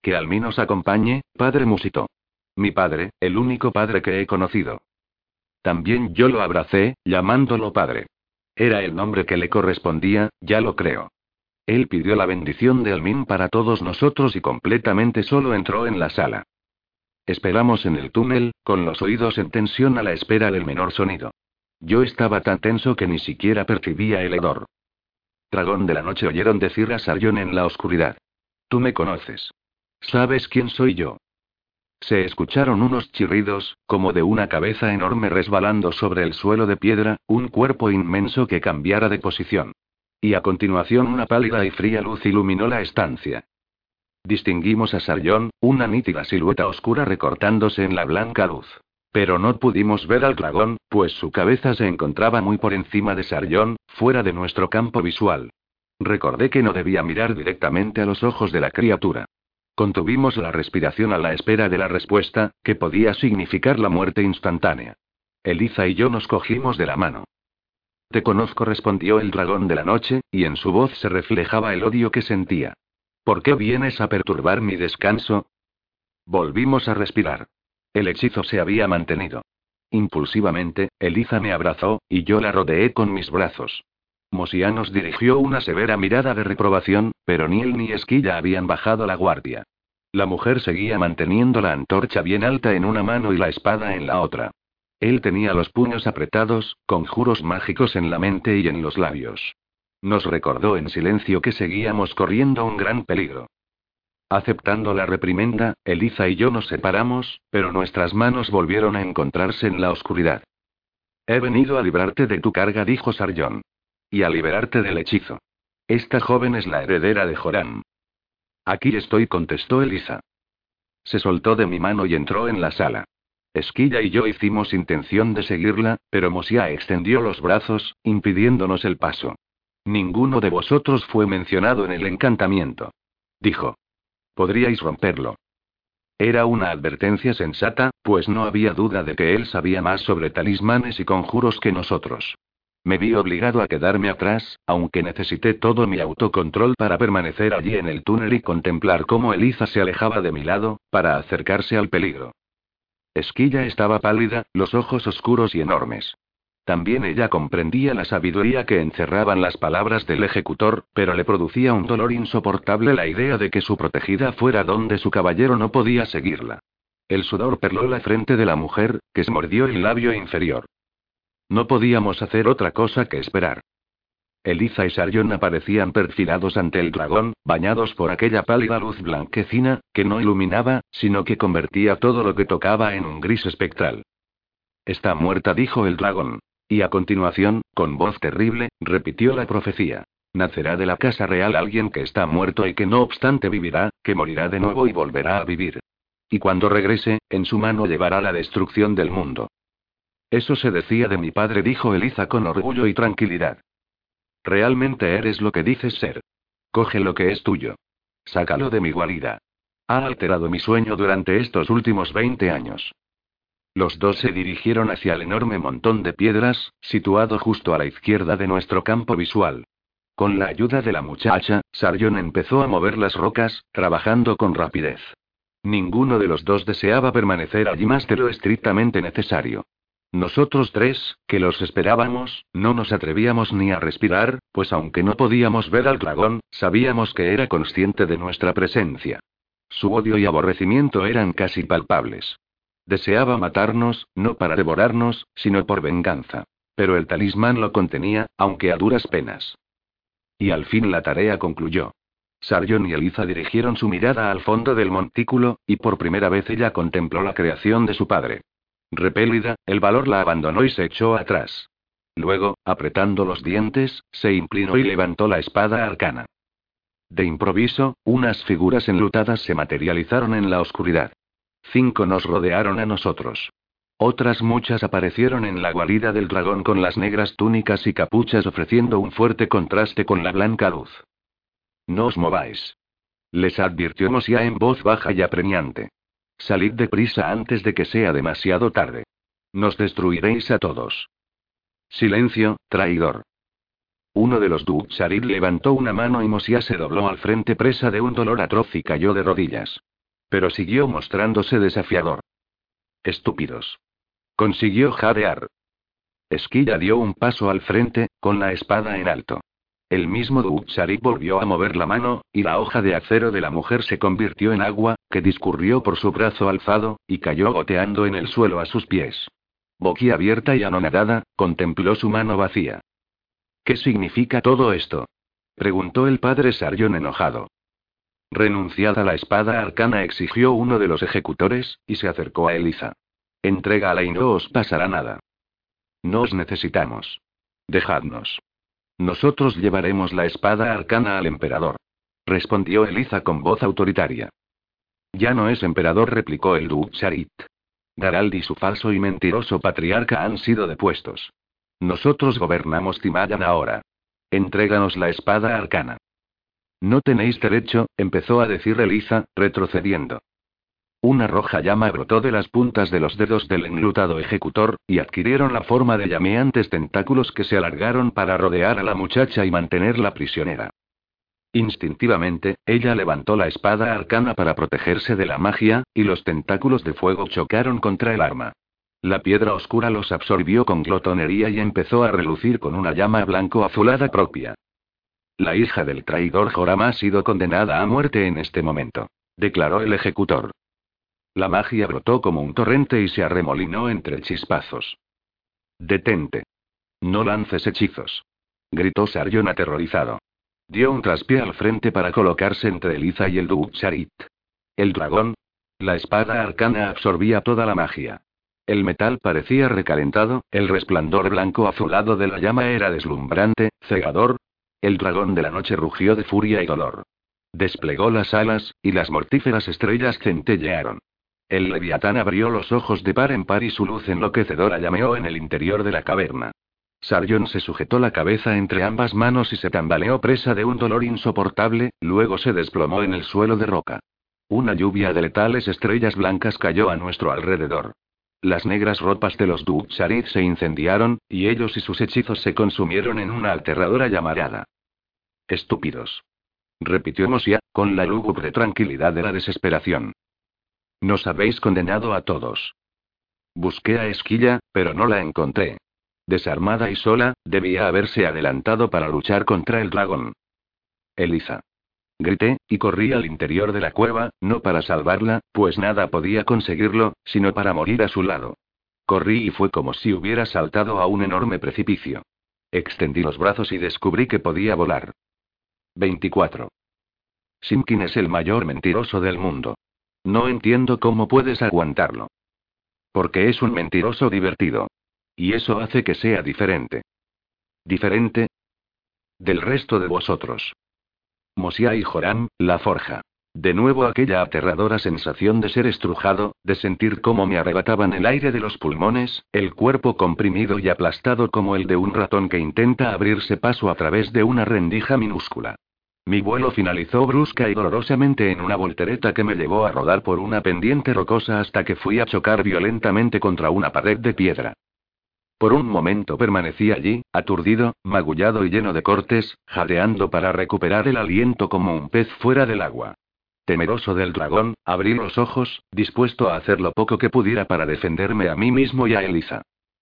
Que Almí nos acompañe, padre musitó. Mi padre, el único padre que he conocido. También yo lo abracé, llamándolo padre. Era el nombre que le correspondía, ya lo creo. Él pidió la bendición de Almín para todos nosotros y completamente solo entró en la sala. Esperamos en el túnel, con los oídos en tensión a la espera del menor sonido. Yo estaba tan tenso que ni siquiera percibía el hedor. Dragón de la noche, oyeron decir a Sarjon en la oscuridad. Tú me conoces. ¿Sabes quién soy yo? Se escucharon unos chirridos, como de una cabeza enorme resbalando sobre el suelo de piedra, un cuerpo inmenso que cambiara de posición. Y a continuación una pálida y fría luz iluminó la estancia. Distinguimos a Sarjon, una nítida silueta oscura recortándose en la blanca luz. Pero no pudimos ver al dragón, pues su cabeza se encontraba muy por encima de Sarjon, fuera de nuestro campo visual. Recordé que no debía mirar directamente a los ojos de la criatura. Contuvimos la respiración a la espera de la respuesta, que podía significar la muerte instantánea. Eliza y yo nos cogimos de la mano. Te conozco, respondió el dragón de la noche, y en su voz se reflejaba el odio que sentía. ¿Por qué vienes a perturbar mi descanso? Volvimos a respirar. El hechizo se había mantenido. Impulsivamente, Eliza me abrazó, y yo la rodeé con mis brazos. Mosia nos dirigió una severa mirada de reprobación, pero ni él ni Esquilla habían bajado la guardia. La mujer seguía manteniendo la antorcha bien alta en una mano y la espada en la otra. Él tenía los puños apretados, conjuros mágicos en la mente y en los labios. Nos recordó en silencio que seguíamos corriendo un gran peligro. Aceptando la reprimenda, Eliza y yo nos separamos, pero nuestras manos volvieron a encontrarse en la oscuridad. He venido a librarte de tu carga, dijo Sarjon. Y a liberarte del hechizo. Esta joven es la heredera de Joram. Aquí estoy, contestó Eliza. Se soltó de mi mano y entró en la sala. Esquilla y yo hicimos intención de seguirla, pero Mosia extendió los brazos, impidiéndonos el paso. Ninguno de vosotros fue mencionado en el encantamiento. Dijo. Podríais romperlo. Era una advertencia sensata, pues no había duda de que él sabía más sobre talismanes y conjuros que nosotros. Me vi obligado a quedarme atrás, aunque necesité todo mi autocontrol para permanecer allí en el túnel y contemplar cómo Eliza se alejaba de mi lado, para acercarse al peligro. Esquilla estaba pálida, los ojos oscuros y enormes. También ella comprendía la sabiduría que encerraban las palabras del ejecutor, pero le producía un dolor insoportable la idea de que su protegida fuera donde su caballero no podía seguirla. El sudor perló la frente de la mujer, que se mordió el labio inferior. No podíamos hacer otra cosa que esperar. Eliza y Sarjon aparecían perfilados ante el dragón, bañados por aquella pálida luz blanquecina, que no iluminaba, sino que convertía todo lo que tocaba en un gris espectral. Está muerta, dijo el dragón. Y a continuación, con voz terrible, repitió la profecía. Nacerá de la casa real alguien que está muerto y que no obstante vivirá, que morirá de nuevo y volverá a vivir. Y cuando regrese, en su mano llevará la destrucción del mundo. Eso se decía de mi padre, dijo Eliza con orgullo y tranquilidad. Realmente eres lo que dices ser. Coge lo que es tuyo. Sácalo de mi guarida. Ha alterado mi sueño durante estos últimos 20 años. Los dos se dirigieron hacia el enorme montón de piedras, situado justo a la izquierda de nuestro campo visual. Con la ayuda de la muchacha, Sarjon empezó a mover las rocas, trabajando con rapidez. Ninguno de los dos deseaba permanecer allí más de lo estrictamente necesario. Nosotros tres, que los esperábamos, no nos atrevíamos ni a respirar, pues aunque no podíamos ver al dragón, sabíamos que era consciente de nuestra presencia. Su odio y aborrecimiento eran casi palpables. Deseaba matarnos, no para devorarnos, sino por venganza. Pero el talismán lo contenía, aunque a duras penas. Y al fin la tarea concluyó. Sarjon y Eliza dirigieron su mirada al fondo del montículo, y por primera vez ella contempló la creación de su padre. Repelida, el valor la abandonó y se echó atrás. Luego, apretando los dientes, se inclinó y levantó la espada arcana. De improviso, unas figuras enlutadas se materializaron en la oscuridad. 5 nos rodearon a nosotros. Otras muchas aparecieron en la guarida del dragón con las negras túnicas y capuchas ofreciendo un fuerte contraste con la blanca luz. No os mováis. Les advirtió Mosia en voz baja y apremiante. Salid deprisa antes de que sea demasiado tarde. Nos destruiréis a todos. Silencio, traidor. Uno de los Duxarid levantó una mano y Mosia se dobló al frente presa de un dolor atroz y cayó de rodillas. Pero siguió mostrándose desafiador. Estúpidos. Consiguió jadear. Esquilla dio un paso al frente, con la espada en alto. El mismo Ducharik volvió a mover la mano, y la hoja de acero de la mujer se convirtió en agua, que discurrió por su brazo alzado, y cayó goteando en el suelo a sus pies. Boquiabierta y anonadada, contempló su mano vacía. ¿Qué significa todo esto? Preguntó el padre Sarjon enojado. Renunciad a la espada arcana, exigió uno de los ejecutores, y se acercó a Eliza. Entrégala y no os pasará nada. No os necesitamos. Dejadnos. Nosotros llevaremos la espada arcana al emperador. Respondió Eliza con voz autoritaria. Ya no es emperador, replicó el Ducharit. Darald y su falso y mentiroso patriarca han sido depuestos. Nosotros gobernamos Timayan ahora. Entréganos la espada arcana. No tenéis derecho, empezó a decir Eliza, retrocediendo. Una roja llama brotó de las puntas de los dedos del enlutado ejecutor, y adquirieron la forma de llameantes tentáculos que se alargaron para rodear a la muchacha y mantenerla prisionera. Instintivamente, ella levantó la espada arcana para protegerse de la magia, y los tentáculos de fuego chocaron contra el arma. La piedra oscura los absorbió con glotonería y empezó a relucir con una llama blanco-azulada propia. La hija del traidor Joram ha sido condenada a muerte en este momento, declaró el ejecutor. La magia brotó como un torrente y se arremolinó entre chispazos. Detente. No lances hechizos. Gritó Sarjon aterrorizado. Dio un traspié al frente para colocarse entre Eliza y el Ducharit. El dragón. La espada arcana absorbía toda la magia. El metal parecía recalentado, el resplandor blanco azulado de la llama era deslumbrante, cegador. El dragón de la noche rugió de furia y dolor. Desplegó las alas, y las mortíferas estrellas centellearon. El leviatán abrió los ojos de par en par y su luz enloquecedora llameó en el interior de la caverna. Sarjon se sujetó la cabeza entre ambas manos y se tambaleó presa de un dolor insoportable, luego se desplomó en el suelo de roca. Una lluvia de letales estrellas blancas cayó a nuestro alrededor. Las negras ropas de los Ducharit se incendiaron, y ellos y sus hechizos se consumieron en una aterradora llamarada. Estúpidos. Repitió Mosia, con la lúgubre tranquilidad de la desesperación. Nos habéis condenado a todos. Busqué a Esquilla, pero no la encontré. Desarmada y sola, debía haberse adelantado para luchar contra el dragón. Eliza. Grité, y corrí al interior de la cueva, no para salvarla, pues nada podía conseguirlo, sino para morir a su lado. Corrí y fue como si hubiera saltado a un enorme precipicio. Extendí los brazos y descubrí que podía volar. 24. Simkin es el mayor mentiroso del mundo. No entiendo cómo puedes aguantarlo. Porque es un mentiroso divertido. Y eso hace que sea diferente. ¿Diferente? Del resto de vosotros. Mosia y Joram, la forja. De nuevo aquella aterradora sensación de ser estrujado, de sentir cómo me arrebataban el aire de los pulmones, el cuerpo comprimido y aplastado como el de un ratón que intenta abrirse paso a través de una rendija minúscula. Mi vuelo finalizó brusca y dolorosamente en una voltereta que me llevó a rodar por una pendiente rocosa hasta que fui a chocar violentamente contra una pared de piedra. Por un momento permanecí allí, aturdido, magullado y lleno de cortes, jadeando para recuperar el aliento como un pez fuera del agua. Temeroso del dragón, abrí los ojos, dispuesto a hacer lo poco que pudiera para defenderme a mí mismo y a Eliza.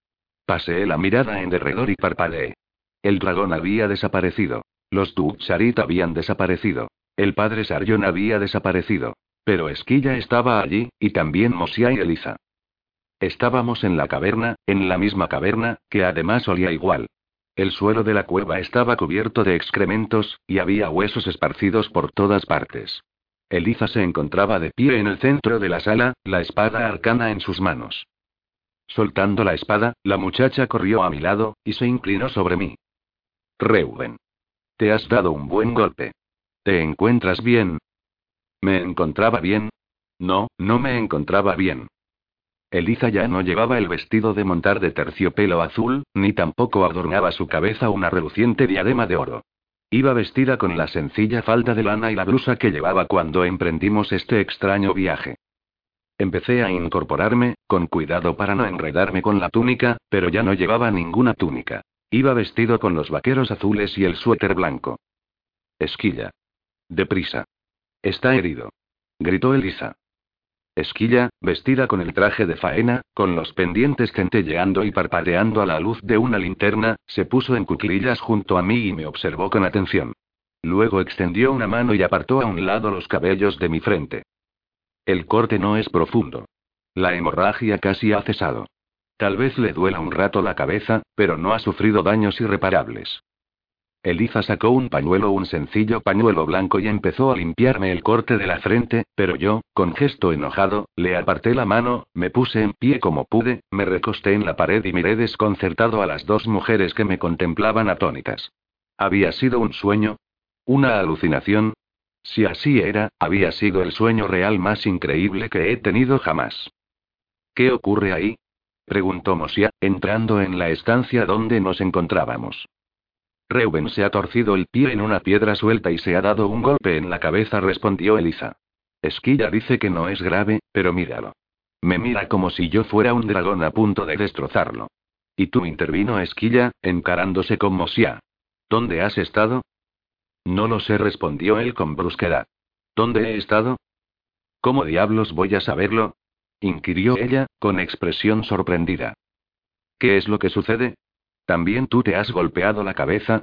Paseé la mirada en derredor y parpadeé. El dragón había desaparecido. Los Ducharit habían desaparecido. El padre Sarjon había desaparecido. Pero Esquilla estaba allí, y también Mosia y Eliza. Estábamos en la caverna, en la misma caverna, que además olía igual. El suelo de la cueva estaba cubierto de excrementos, y había huesos esparcidos por todas partes. Eliza se encontraba de pie en el centro de la sala, la espada arcana en sus manos. Soltando la espada, la muchacha corrió a mi lado, y se inclinó sobre mí. Reuben. Te has dado un buen golpe. ¿Te encuentras bien? ¿Me encontraba bien? No, no me encontraba bien. Eliza ya no llevaba el vestido de montar de terciopelo azul, ni tampoco adornaba su cabeza una reluciente diadema de oro. Iba vestida con la sencilla falda de lana y la blusa que llevaba cuando emprendimos este extraño viaje. Empecé a incorporarme, con cuidado para no enredarme con la túnica, pero ya no llevaba ninguna túnica. Iba vestido con los vaqueros azules y el suéter blanco. Esquilla. Deprisa. Está herido. Gritó Eliza. Esquilla, vestida con el traje de faena, con los pendientes centelleando y parpadeando a la luz de una linterna, se puso en cuclillas junto a mí y me observó con atención. Luego extendió una mano y apartó a un lado los cabellos de mi frente. El corte no es profundo. La hemorragia casi ha cesado. Tal vez le duela un rato la cabeza, pero no ha sufrido daños irreparables. Eliza sacó un sencillo pañuelo blanco y empezó a limpiarme el corte de la frente, pero yo, con gesto enojado, le aparté la mano, me puse en pie como pude, me recosté en la pared y miré desconcertado a las dos mujeres que me contemplaban atónitas. ¿Había sido un sueño? ¿Una alucinación? Si así era, había sido el sueño real más increíble que he tenido jamás. ¿Qué ocurre ahí?, preguntó Mosia, entrando en la estancia donde nos encontrábamos. Reuben se ha torcido el pie en una piedra suelta y se ha dado un golpe en la cabeza, respondió Eliza. Esquilla dice que no es grave, pero míralo. Me mira como si yo fuera un dragón a punto de destrozarlo. ¿Y tú?, intervino Esquilla, encarándose con Mosia. ¿Dónde has estado? No lo sé, respondió él con brusquedad. ¿Dónde he estado? ¿Cómo diablos voy a saberlo?, inquirió ella, con expresión sorprendida. ¿Qué es lo que sucede? ¿También tú te has golpeado la cabeza?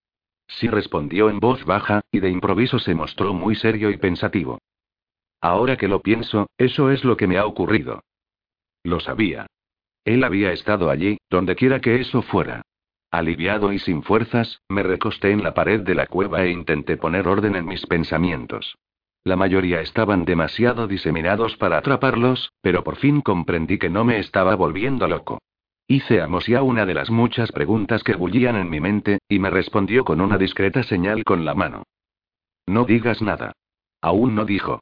Sí, respondió en voz baja, y de improviso se mostró muy serio y pensativo. Ahora que lo pienso, eso es lo que me ha ocurrido. Lo sabía. Él había estado allí, donde quiera que eso fuera. Aliviado y sin fuerzas, me recosté en la pared de la cueva e intenté poner orden en mis pensamientos. La mayoría estaban demasiado diseminados para atraparlos, pero por fin comprendí que no me estaba volviendo loco. Hice a Mosia una de las muchas preguntas que bullían en mi mente, y me respondió con una discreta señal con la mano. No digas nada. Aún no dijo.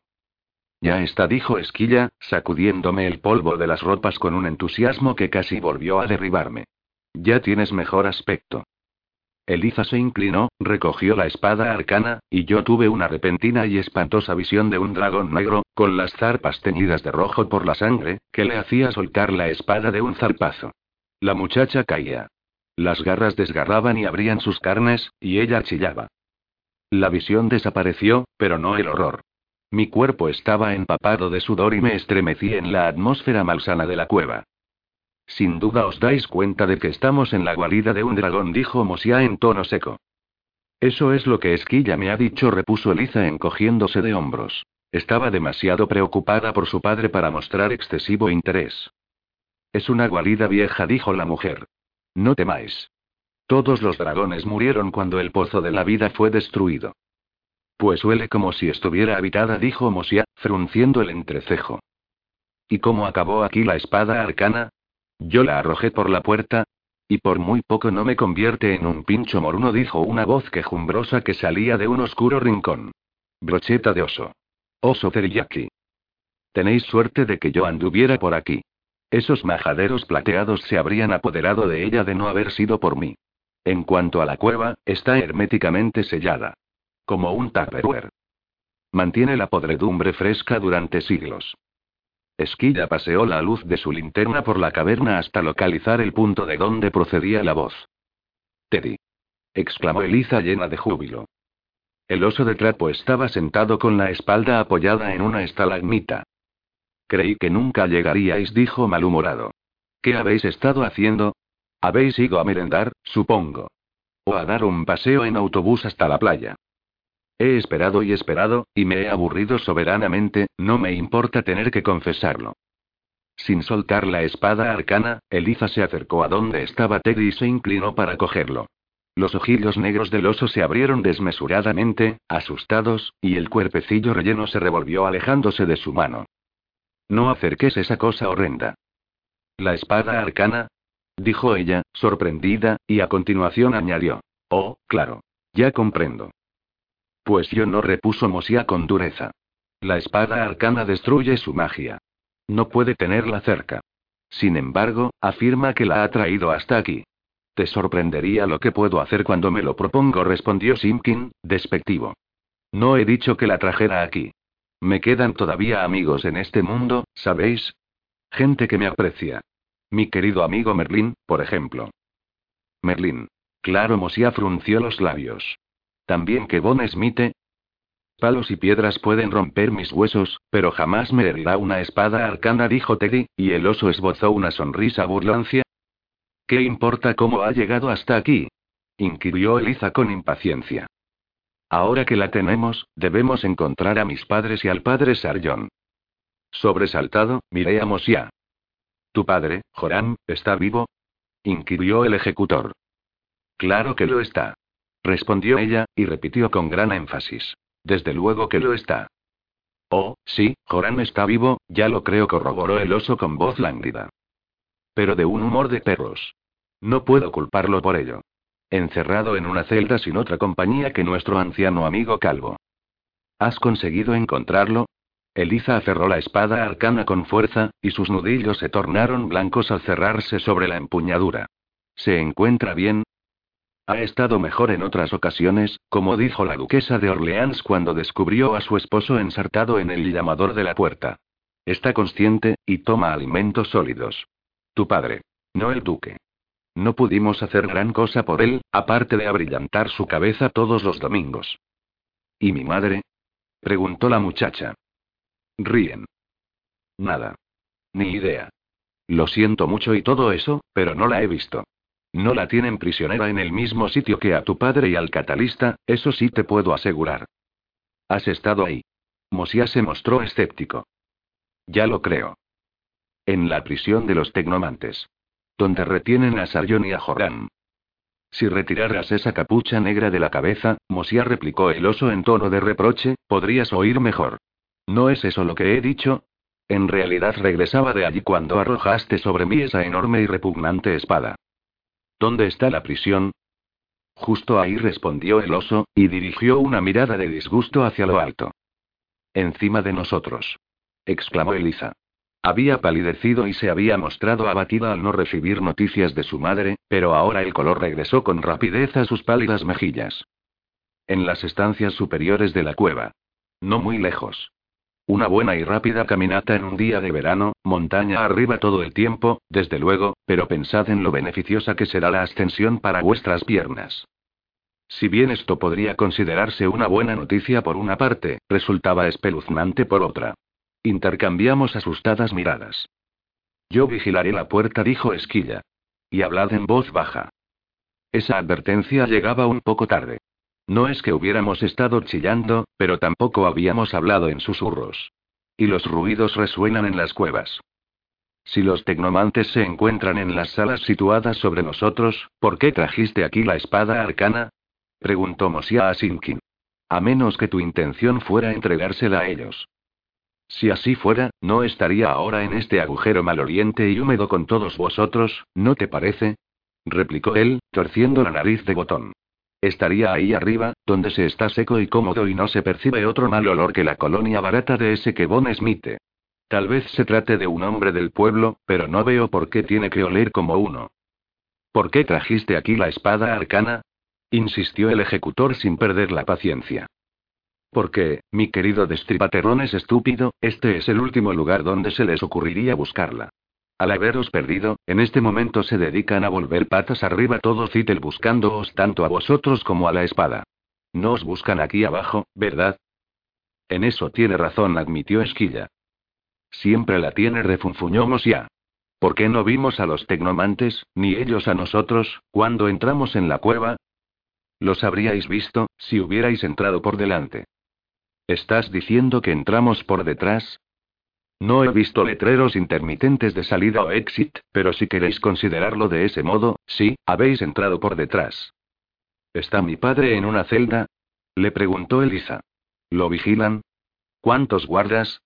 Ya está, dijo Esquilla, sacudiéndome el polvo de las ropas con un entusiasmo que casi volvió a derribarme. Ya tienes mejor aspecto. Eliza se inclinó, recogió la espada arcana, y yo tuve una repentina y espantosa visión de un dragón negro, con las zarpas teñidas de rojo por la sangre, que le hacía soltar la espada de un zarpazo. La muchacha caía. Las garras desgarraban y abrían sus carnes, y ella chillaba. La visión desapareció, pero no el horror. Mi cuerpo estaba empapado de sudor y me estremecí en la atmósfera malsana de la cueva. Sin duda os dais cuenta de que estamos en la guarida de un dragón, dijo Mosia en tono seco. Eso es lo que Esquilla me ha dicho, repuso Eliza encogiéndose de hombros. Estaba demasiado preocupada por su padre para mostrar excesivo interés. Es una guarida vieja, dijo la mujer. No temáis. Todos los dragones murieron cuando el pozo de la vida fue destruido. Pues huele como si estuviera habitada, dijo Mosia, frunciendo el entrecejo. ¿Y cómo acabó aquí la espada arcana? Yo la arrojé por la puerta. Y por muy poco no me convierte en un pincho moruno, dijo una voz quejumbrosa que salía de un oscuro rincón. Brocheta de oso. Oso teriyaki. Tenéis suerte de que yo anduviera por aquí. Esos majaderos plateados se habrían apoderado de ella de no haber sido por mí. En cuanto a la cueva, está herméticamente sellada. Como un tupperware. Mantiene la podredumbre fresca durante siglos. Esquilla paseó la luz de su linterna por la caverna hasta localizar el punto de donde procedía la voz. Teddy. Exclamó Eliza llena de júbilo. El oso de trapo estaba sentado con la espalda apoyada en una estalagmita. Creí que nunca llegaríais, dijo malhumorado. ¿Qué habéis estado haciendo? Habéis ido a merendar, supongo. O a dar un paseo en autobús hasta la playa. He esperado, y me he aburrido soberanamente, no me importa tener que confesarlo. Sin soltar la espada arcana, Eliza se acercó a donde estaba Teddy y se inclinó para cogerlo. Los ojillos negros del oso se abrieron desmesuradamente, asustados, y el cuerpecillo relleno se revolvió alejándose de su mano. No acerques esa cosa horrenda. ¿La espada arcana?, dijo ella, sorprendida, y a continuación añadió. Oh, claro. Ya comprendo. Pues yo no, repuso Mosia con dureza. La espada arcana destruye su magia. No puede tenerla cerca. Sin embargo, afirma que la ha traído hasta aquí. Te sorprendería lo que puedo hacer cuando me lo propongo, respondió Simpkin, despectivo. No he dicho que la trajera aquí. Me quedan todavía amigos en este mundo, ¿sabéis? Gente que me aprecia. Mi querido amigo Merlín, por ejemplo. Merlín. Claro, Mosia frunció los labios. ¿También que Von Smith? Palos y piedras pueden romper mis huesos, pero jamás me herirá una espada arcana, dijo Teddy, y el oso esbozó una sonrisa burlancia. ¿Qué importa cómo ha llegado hasta aquí? Inquirió Eliza con impaciencia. Ahora que la tenemos, debemos encontrar a mis padres y al padre Sarjon. Sobresaltado, miré a Mosia. ¿Tu padre, Joram, está vivo? Inquirió el ejecutor. Claro que lo está. Respondió ella, y repitió con gran énfasis. Desde luego que lo está. Oh, sí, Joram está vivo, ya lo creo, corroboró el oso con voz lánguida. Pero de un humor de perros. No puedo culparlo por ello. Encerrado en una celda sin otra compañía que nuestro anciano amigo calvo. ¿Has conseguido encontrarlo? Eliza aferró la espada arcana con fuerza, y sus nudillos se tornaron blancos al cerrarse sobre la empuñadura. ¿Se encuentra bien? Ha estado mejor en otras ocasiones, como dijo la duquesa de Orleans cuando descubrió a su esposo ensartado en el llamador de la puerta. Está consciente, y toma alimentos sólidos. Tu padre. No el duque. No pudimos hacer gran cosa por él, aparte de abrillantar su cabeza todos los domingos. ¿Y mi madre? Preguntó la muchacha. Ríen. Nada. Ni idea. Lo siento mucho y todo eso, pero no la he visto. No la tienen prisionera en el mismo sitio que a tu padre y al catalista, eso sí te puedo asegurar. ¿Has estado ahí? Mosia se mostró escéptico. Ya lo creo. En la prisión de los tecnomantes. Donde retienen a Sarjon y a Joram. Si retiraras esa capucha negra de la cabeza, Mosia replicó el oso en tono de reproche, podrías oír mejor. ¿No es eso lo que he dicho? En realidad regresaba de allí cuando arrojaste sobre mí esa enorme y repugnante espada. ¿Dónde está la prisión? Justo ahí, respondió el oso, y dirigió una mirada de disgusto hacia lo alto. Encima de nosotros. Exclamó Eliza. Había palidecido y se había mostrado abatida al no recibir noticias de su madre, pero ahora el color regresó con rapidez a sus pálidas mejillas. En las estancias superiores de la cueva. No muy lejos. Una buena y rápida caminata en un día de verano, montaña arriba todo el tiempo, desde luego, pero pensad en lo beneficiosa que será la ascensión para vuestras piernas. Si bien esto podría considerarse una buena noticia por una parte, resultaba espeluznante por otra. Intercambiamos asustadas miradas. Yo vigilaré la puerta, dijo Esquilla. Y hablad en voz baja. Esa advertencia llegaba un poco tarde. No es que hubiéramos estado chillando, pero tampoco habíamos hablado en susurros. Y los ruidos resuenan en las cuevas. Si los tecnomantes se encuentran en las salas situadas sobre nosotros, ¿por qué trajiste aquí la espada arcana? Preguntó Mosia a Sinkin. A menos que tu intención fuera entregársela a ellos. Si así fuera, no estaría ahora en este agujero maloliente y húmedo con todos vosotros, ¿no te parece? Replicó él, torciendo la nariz de botón. Estaría ahí arriba, donde se está seco y cómodo y no se percibe otro mal olor que la colonia barata de ese que Von Smith. Tal vez se trate de un hombre del pueblo, pero no veo por qué tiene que oler como uno. ¿Por qué trajiste aquí la espada arcana? Insistió el ejecutor sin perder la paciencia. Porque, mi querido destripaterrones estúpido, este es el último lugar donde se les ocurriría buscarla. Al haberos perdido, en este momento se dedican a volver patas arriba todo Cittel buscándoos tanto a vosotros como a la espada. No os buscan aquí abajo, ¿verdad? En eso tiene razón, admitió Esquilla. Siempre la tiene, refunfuñó Mosia. ¿Por qué no vimos a los tecnomantes, ni ellos a nosotros, cuando entramos en la cueva? Los habríais visto, si hubierais entrado por delante. ¿Estás diciendo que entramos por detrás? No he visto letreros intermitentes de salida o exit, pero si queréis considerarlo de ese modo, sí, habéis entrado por detrás. ¿Está mi padre en una celda? Le preguntó Eliza. ¿Lo vigilan? ¿Cuántos guardas?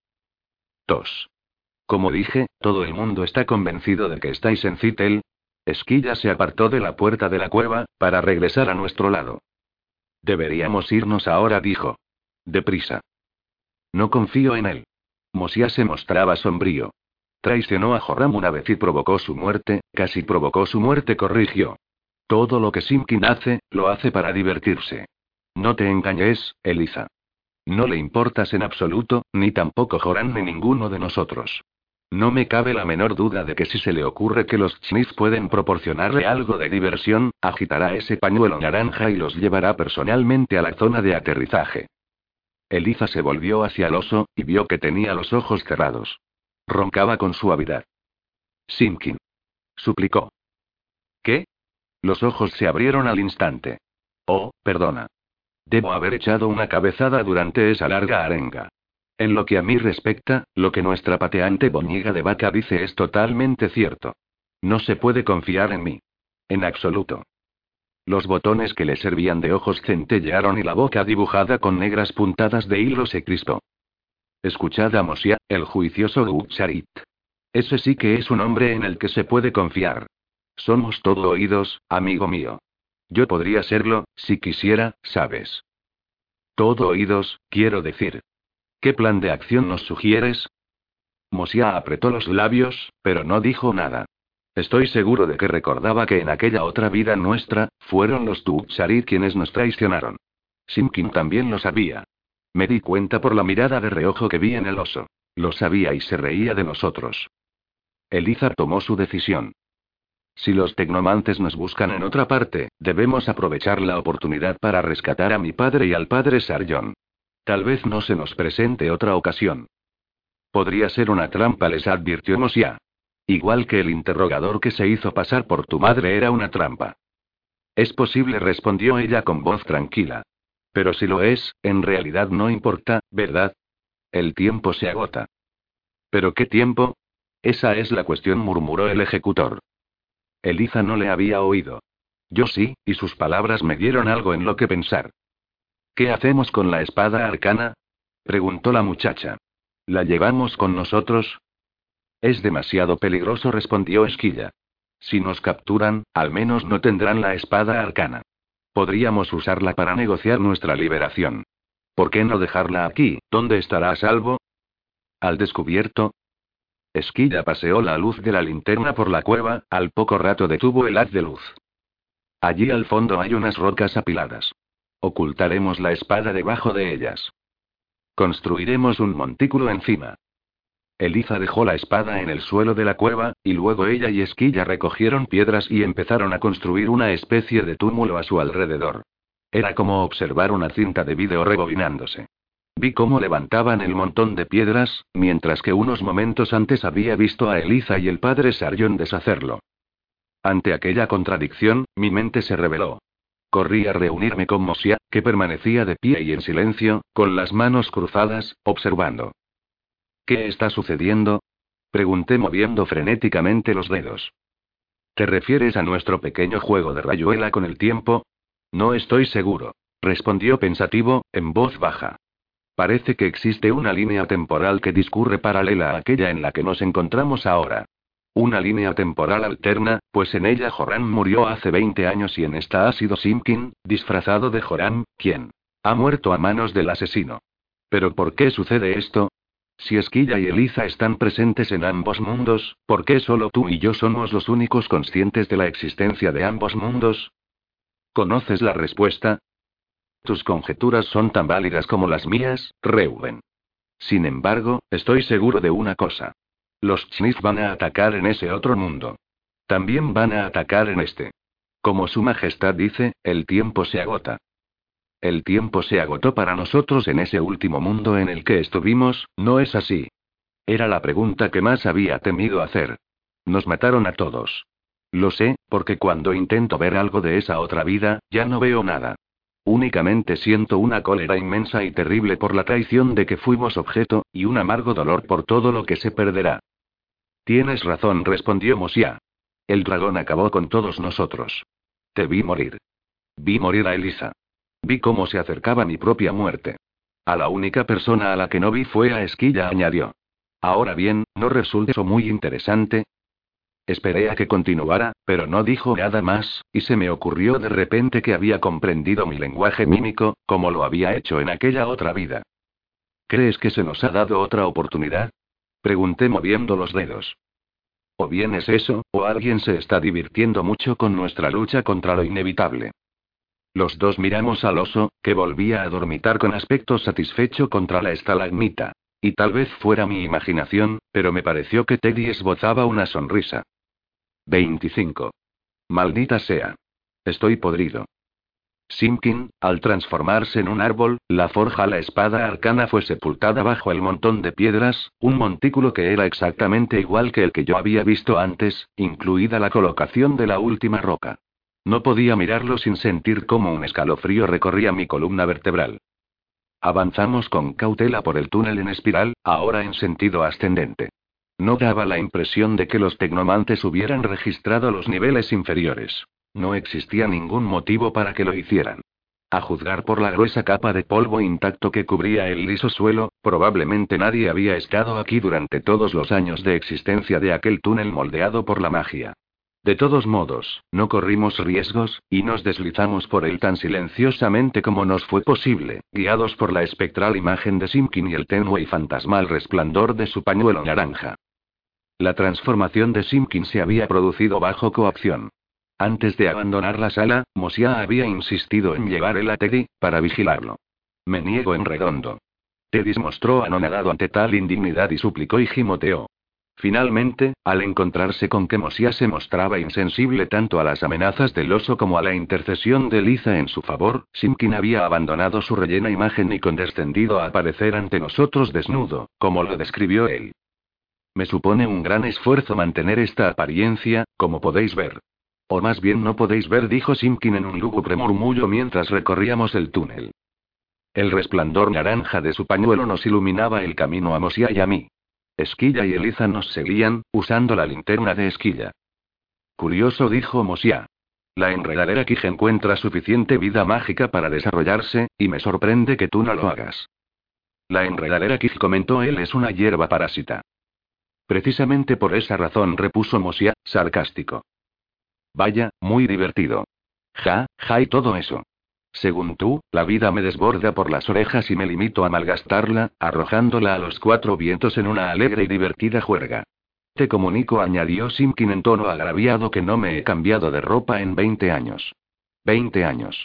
2. Como dije, todo el mundo está convencido de que estáis en Cittel. Esquilla se apartó de la puerta de la cueva, para regresar a nuestro lado. Deberíamos irnos ahora, dijo. Deprisa. No confío en él. Mosia se mostraba sombrío. Traicionó a Joram una vez y provocó su muerte, casi provocó su muerte, corrigió. Todo lo que Simkin hace, lo hace para divertirse. No te engañes, Eliza. No le importas en absoluto, ni tampoco Joram ni ninguno de nosotros. No me cabe la menor duda de que si se le ocurre que los Smith pueden proporcionarle algo de diversión, agitará ese pañuelo naranja y los llevará personalmente a la zona de aterrizaje. Eliza se volvió hacia el oso, y vio que tenía los ojos cerrados. Roncaba con suavidad. Simkin. Suplicó. ¿Qué? Los ojos se abrieron al instante. Oh, perdona. Debo haber echado una cabezada durante esa larga arenga. En lo que a mí respecta, lo que nuestra pateante boñiga de vaca dice es totalmente cierto. No se puede confiar en mí. En absoluto. Los botones que le servían de ojos centellearon y la boca dibujada con negras puntadas de hilo se crispó. Escuchad a Mosia, el juicioso Gucharit. Ese sí que es un hombre en el que se puede confiar. Somos todo oídos, amigo mío. Yo podría serlo, si quisiera, ¿sabes? Todo oídos, quiero decir. ¿Qué plan de acción nos sugieres? Mosia apretó los labios, pero no dijo nada. Estoy seguro de que recordaba que en aquella otra vida nuestra, fueron los Tuksharit quienes nos traicionaron. Simkin también lo sabía. Me di cuenta por la mirada de reojo que vi en el oso. Lo sabía y se reía de nosotros. Eliza tomó su decisión. Si los tecnomantes nos buscan en otra parte, debemos aprovechar la oportunidad para rescatar a mi padre y al padre Sarjon. Tal vez no se nos presente otra ocasión. Podría ser una trampa, les advirtió Mosia. Igual que el interrogador que se hizo pasar por tu madre era una trampa. Es posible, respondió ella con voz tranquila. Pero si lo es, en realidad no importa, ¿verdad? El tiempo se agota. ¿Pero qué tiempo? Esa es la cuestión, murmuró el ejecutor. Eliza no le había oído. Yo sí, y sus palabras me dieron algo en lo que pensar. ¿Qué hacemos con la espada arcana? Preguntó la muchacha. ¿La llevamos con nosotros? Es demasiado peligroso, respondió Esquilla. Si nos capturan, al menos no tendrán la espada arcana. Podríamos usarla para negociar nuestra liberación. ¿Por qué no dejarla aquí, donde estará a salvo? ¿Al descubierto? Esquilla paseó la luz de la linterna por la cueva, al poco rato detuvo el haz de luz. Allí al fondo hay unas rocas apiladas. Ocultaremos la espada debajo de ellas. Construiremos un montículo encima. Eliza dejó la espada en el suelo de la cueva, y luego ella y Esquilla recogieron piedras y empezaron a construir una especie de túmulo a su alrededor. Era como observar una cinta de vídeo rebobinándose. Vi cómo levantaban el montón de piedras, mientras que unos momentos antes había visto a Eliza y el padre Sarjon deshacerlo. Ante aquella contradicción, mi mente se rebeló. Corrí a reunirme con Mosia, que permanecía de pie y en silencio, con las manos cruzadas, observando. ¿Qué está sucediendo? Pregunté moviendo frenéticamente los dedos. ¿Te refieres a nuestro pequeño juego de rayuela con el tiempo? No estoy seguro, respondió pensativo, en voz baja. Parece que existe una línea temporal que discurre paralela a aquella en la que nos encontramos ahora. Una línea temporal alterna, pues en ella Joran murió hace 20 años y en esta ha sido Simkin, disfrazado de Joran, quien ha muerto a manos del asesino. ¿Pero por qué sucede esto? Si Esquilla y Eliza están presentes en ambos mundos, ¿por qué solo tú y yo somos los únicos conscientes de la existencia de ambos mundos? ¿Conoces la respuesta? Tus conjeturas son tan válidas como las mías, Reuben. Sin embargo, estoy seguro de una cosa. Los Chnith van a atacar en ese otro mundo. También van a atacar en este. Como su majestad dice, el tiempo se agota. El tiempo se agotó para nosotros en ese último mundo en el que estuvimos, ¿no es así? Era la pregunta que más había temido hacer. Nos mataron a todos. Lo sé, porque cuando intento ver algo de esa otra vida, ya no veo nada. Únicamente siento una cólera inmensa y terrible por la traición de que fuimos objeto, y un amargo dolor por todo lo que se perderá. Tienes razón, respondió Mosia. El dragón acabó con todos nosotros. Te vi morir. Vi morir a Eliza. Vi cómo se acercaba mi propia muerte. A la única persona a la que no vi fue a Esquilla, añadió. Ahora bien, ¿no resulta eso muy interesante? Esperé a que continuara, pero no dijo nada más, y se me ocurrió de repente que había comprendido mi lenguaje mímico, como lo había hecho en aquella otra vida. ¿Crees que se nos ha dado otra oportunidad? Pregunté moviendo los dedos. O bien es eso, o alguien se está divirtiendo mucho con nuestra lucha contra lo inevitable. Los dos miramos al oso, que volvía a dormitar con aspecto satisfecho contra la estalagmita. Y tal vez fuera mi imaginación, pero me pareció que Teddy esbozaba una sonrisa. 25. Maldita sea. Estoy podrido. Simkin, al transformarse en un árbol, la forja la espada arcana fue sepultada bajo el montón de piedras, un montículo que era exactamente igual que el que yo había visto antes, incluida la colocación de la última roca. No podía mirarlo sin sentir cómo un escalofrío recorría mi columna vertebral. Avanzamos con cautela por el túnel en espiral, ahora en sentido ascendente. No daba la impresión de que los tecnomantes hubieran registrado los niveles inferiores. No existía ningún motivo para que lo hicieran. A juzgar por la gruesa capa de polvo intacto que cubría el liso suelo, probablemente nadie había estado aquí durante todos los años de existencia de aquel túnel moldeado por la magia. De todos modos, no corrimos riesgos, y nos deslizamos por él tan silenciosamente como nos fue posible, guiados por la espectral imagen de Simkin y el tenue y fantasmal resplandor de su pañuelo naranja. La transformación de Simkin se había producido bajo coacción. Antes de abandonar la sala, Mosia había insistido en llevar él a Teddy, para vigilarlo. Me niego en redondo. Teddy se mostró anonadado ante tal indignidad y suplicó y gimoteó. Finalmente, al encontrarse con que Mosia se mostraba insensible tanto a las amenazas del oso como a la intercesión de Liza en su favor, Simkin había abandonado su rellena imagen y condescendido a aparecer ante nosotros desnudo, como lo describió él. Me supone un gran esfuerzo mantener esta apariencia, como podéis ver. O más bien no podéis ver, dijo Simkin en un lúgubre murmullo mientras recorríamos el túnel. El resplandor naranja de su pañuelo nos iluminaba el camino a Mosia y a mí. Esquilla y Eliza nos seguían, usando la linterna de Esquilla. Curioso, dijo Mosia. La enredadera Kij encuentra suficiente vida mágica para desarrollarse, y me sorprende que tú no lo hagas. La enredadera Kij, comentó él, es una hierba parásita. Precisamente por esa razón, repuso Mosia, sarcástico. Vaya, muy divertido. Ja, ja y todo eso. Según tú, la vida me desborda por las orejas y me limito a malgastarla, arrojándola a los cuatro vientos en una alegre y divertida juerga. Te comunico, añadió Simkin en tono agraviado, que no me he cambiado de ropa en 20 años. 20 años.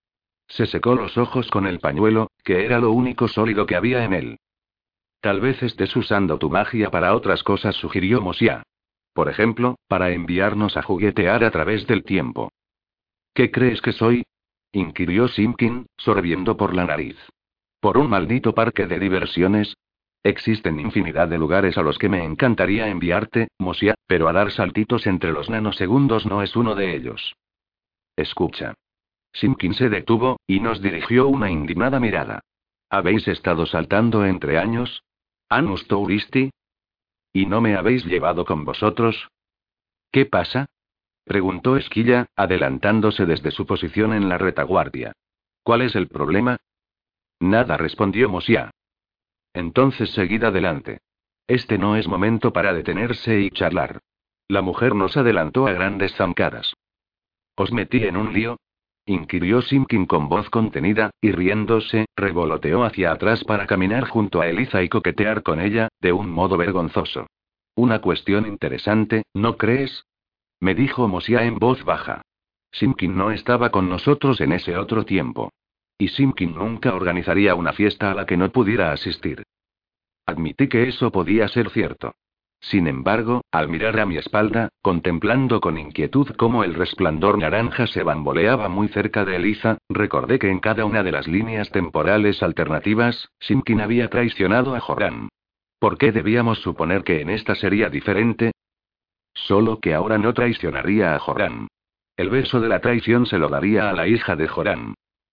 Se secó los ojos con el pañuelo, que era lo único sólido que había en él. Tal vez estés usando tu magia para otras cosas, sugirió Mosia. Por ejemplo, para enviarnos a juguetear a través del tiempo. ¿Qué crees que soy? Inquirió Simkin, sorbiendo por la nariz. ¿Por un maldito parque de diversiones? Existen infinidad de lugares a los que me encantaría enviarte, Mosia, pero a dar saltitos entre los nanosegundos no es uno de ellos. Escucha. Simkin se detuvo, y nos dirigió una indignada mirada. ¿Habéis estado saltando entre años? ¿Annus touristi? ¿Y no me habéis llevado con vosotros? ¿Qué pasa? Preguntó Esquilla, adelantándose desde su posición en la retaguardia. ¿Cuál es el problema? Nada, respondió Mosia. Entonces seguid adelante. Este no es momento para detenerse y charlar. La mujer nos adelantó a grandes zancadas. ¿Os metí en un lío? Inquirió Simkin con voz contenida, y riéndose, revoloteó hacia atrás para caminar junto a Eliza y coquetear con ella, de un modo vergonzoso. Una cuestión interesante, ¿no crees? Me dijo Mosia en voz baja. Simkin no estaba con nosotros en ese otro tiempo. Y Simkin nunca organizaría una fiesta a la que no pudiera asistir. Admití que eso podía ser cierto. Sin embargo, al mirar a mi espalda, contemplando con inquietud cómo el resplandor naranja se bamboleaba muy cerca de Eliza, recordé que en cada una de las líneas temporales alternativas, Simkin había traicionado a Joran. ¿Por qué debíamos suponer que en esta sería diferente? Solo que ahora no traicionaría a Joran. El beso de la traición se lo daría a la hija de Joran.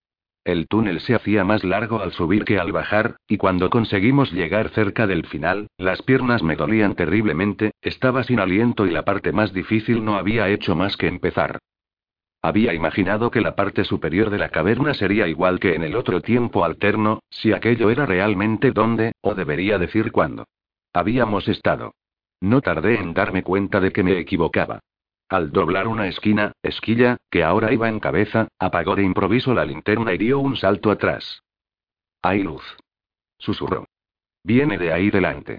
El túnel se hacía más largo al subir que al bajar, y cuando conseguimos llegar cerca del final, las piernas me dolían terriblemente, estaba sin aliento y la parte más difícil no había hecho más que empezar. Había imaginado que la parte superior de la caverna sería igual que en el otro tiempo alterno, si aquello era realmente donde, o debería decir cuándo, habíamos estado. No tardé en darme cuenta de que me equivocaba. Al doblar una esquina, Esquilla, que ahora iba en cabeza, apagó de improviso la linterna y dio un salto atrás. «Hay luz», susurró. «Viene de ahí delante».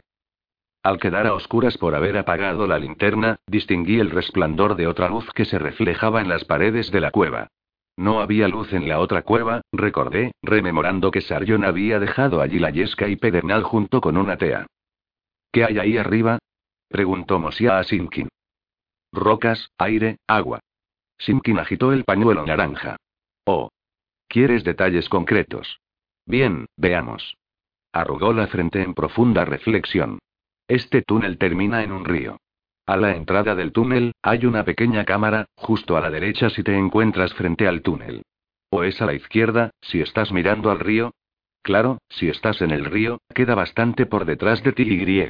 Al quedar a oscuras por haber apagado la linterna, distinguí el resplandor de otra luz que se reflejaba en las paredes de la cueva. No había luz en la otra cueva, recordé, rememorando que Sarjon había dejado allí la yesca y pedernal junto con una tea. «¿Qué hay ahí arriba?», preguntó Mosia a Simkin. «Rocas, aire, agua». Simkin agitó el pañuelo naranja. «Oh. ¿Quieres detalles concretos? Bien, veamos. Arrugó la frente en profunda reflexión. Este túnel termina en un río. A la entrada del túnel, hay una pequeña cámara, justo a la derecha si te encuentras frente al túnel. O es a la izquierda, si estás mirando al río. Claro, si estás en el río, queda bastante por detrás de ti y.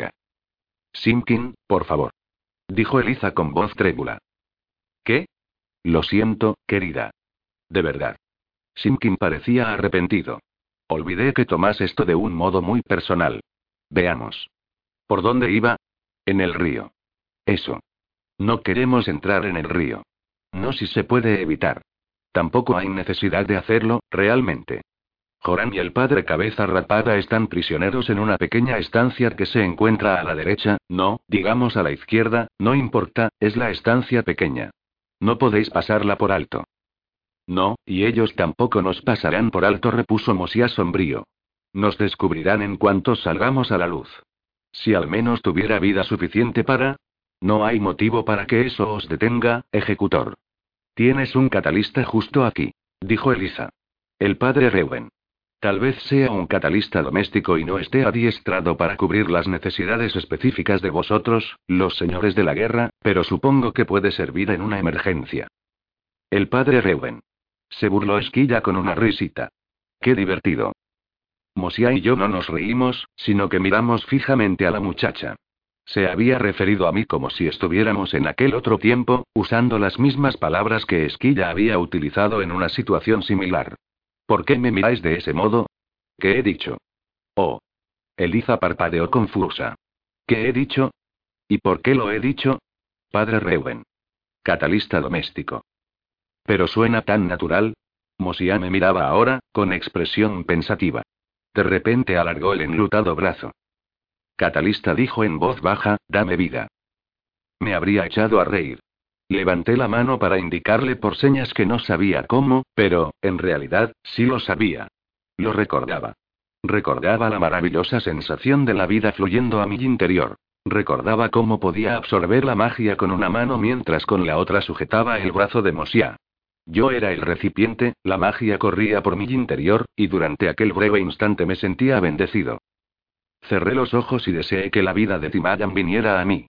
Simkin, por favor. Dijo Eliza con voz trébula. ¿Qué? Lo siento, querida. De verdad. Simkin parecía arrepentido. Olvidé que tomas esto de un modo muy personal. Veamos. ¿Por dónde iba? En el río. Eso. No queremos entrar en el río. No si se puede evitar. Tampoco hay necesidad de hacerlo, realmente. Joram y el padre Cabeza Rapada están prisioneros en una pequeña estancia que se encuentra a la derecha, no, digamos a la izquierda, no importa, es la estancia pequeña. No podéis pasarla por alto. No, y ellos tampoco nos pasarán por alto, repuso Mosiah sombrío. Nos descubrirán en cuanto salgamos a la luz. Si al menos tuviera vida suficiente para... No hay motivo para que eso os detenga, ejecutor. Tienes un catalista justo aquí, dijo Eliza. El padre Reuben. Tal vez sea un catalista doméstico y no esté adiestrado para cubrir las necesidades específicas de vosotros, los señores de la guerra, pero supongo que puede servir en una emergencia. El padre Reuben. Se burló Esquilla con una risita. Qué divertido. Mosiah y yo no nos reímos, sino que miramos fijamente a la muchacha. Se había referido a mí como si estuviéramos en aquel otro tiempo, usando las mismas palabras que Esquilla había utilizado en una situación similar. ¿Por qué me miráis de ese modo? ¿Qué he dicho? Oh. Eliza parpadeó confusa. ¿Qué he dicho? ¿Y por qué lo he dicho? Padre Reuben. Catalista doméstico. Pero suena tan natural. Mosiah me miraba ahora, con expresión pensativa. De repente alargó el enlutado brazo. Catalista, dijo en voz baja, dame vida. Me habría echado a reír. Levanté la mano para indicarle por señas que no sabía cómo, pero, en realidad, sí lo sabía. Lo recordaba. Recordaba la maravillosa sensación de la vida fluyendo a mi interior. Recordaba cómo podía absorber la magia con una mano mientras con la otra sujetaba el brazo de Mosiah. Yo era el recipiente, la magia corría por mi interior, y durante aquel breve instante me sentía bendecido. Cerré los ojos y deseé que la vida de Timayan viniera a mí.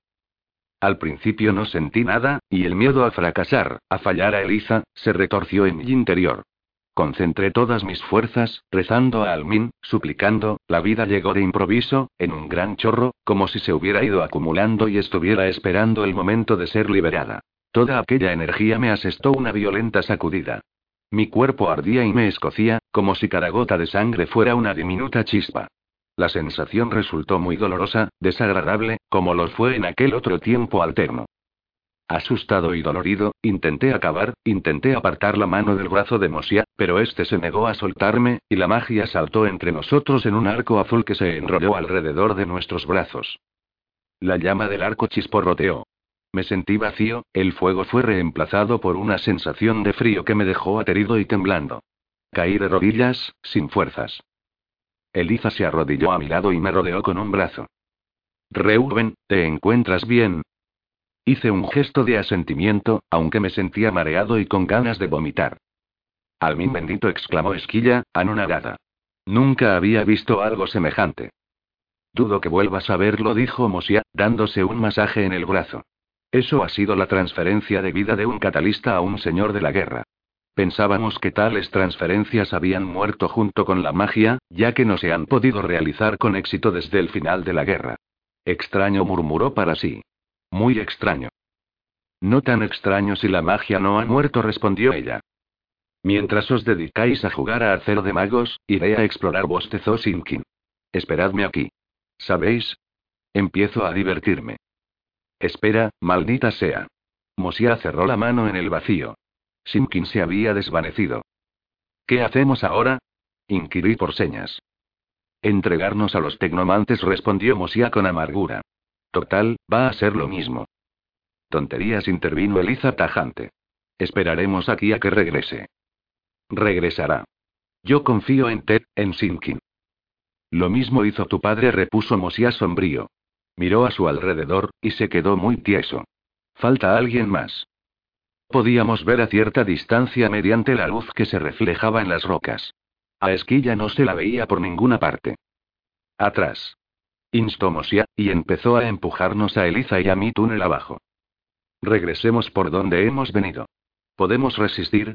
Al principio no sentí nada, y el miedo a fracasar, a fallar a Eliza, se retorció en mi interior. Concentré todas mis fuerzas, rezando a Almin, suplicando, la vida llegó de improviso, en un gran chorro, como si se hubiera ido acumulando y estuviera esperando el momento de ser liberada. Toda aquella energía me asestó una violenta sacudida. Mi cuerpo ardía y me escocía, como si cada gota de sangre fuera una diminuta chispa. La sensación resultó muy dolorosa, desagradable, como lo fue en aquel otro tiempo alterno. Asustado y dolorido, intenté apartar la mano del brazo de Mosiah, pero este se negó a soltarme, y la magia saltó entre nosotros en un arco azul que se enrolló alrededor de nuestros brazos. La llama del arco chisporroteó. Me sentí vacío, el fuego fue reemplazado por una sensación de frío que me dejó aterido y temblando. Caí de rodillas, sin fuerzas. Eliza se arrodilló a mi lado y me rodeó con un brazo. Reuben, ¿te encuentras bien? Hice un gesto de asentimiento, aunque me sentía mareado y con ganas de vomitar. Almin bendito, exclamó Esquilla, anonadada. Nunca había visto algo semejante. Dudo que vuelvas a verlo, dijo Mosiah, dándose un masaje en el brazo. Eso ha sido la transferencia de vida de un catalista a un señor de la guerra. Pensábamos que tales transferencias habían muerto junto con la magia, ya que no se han podido realizar con éxito desde el final de la guerra. Extraño, murmuró para sí. Muy extraño. No tan extraño si la magia no ha muerto, respondió ella. Mientras os dedicáis a jugar a hacer de magos, iré a explorar, bostezó Simkin. Esperadme aquí. ¿Sabéis? Empiezo a divertirme. Espera, maldita sea. Mosiah cerró la mano en el vacío. Simkin se había desvanecido. ¿Qué hacemos ahora? Inquirí por señas. Entregarnos a los tecnomantes, respondió Mosiah con amargura. Total, va a ser lo mismo. Tonterías, intervino Eliza tajante. Esperaremos aquí a que regrese. Regresará. Yo confío en Ted, en Simkin. Lo mismo hizo tu padre, repuso Mosiah sombrío. Miró a su alrededor, y se quedó muy tieso. Falta alguien más. Podíamos ver a cierta distancia mediante la luz que se reflejaba en las rocas. A Esquilla no se la veía por ninguna parte. Atrás. Instó Mosia, y empezó a empujarnos a Eliza y a mí túnel abajo. Regresemos por donde hemos venido. ¿Podemos resistir?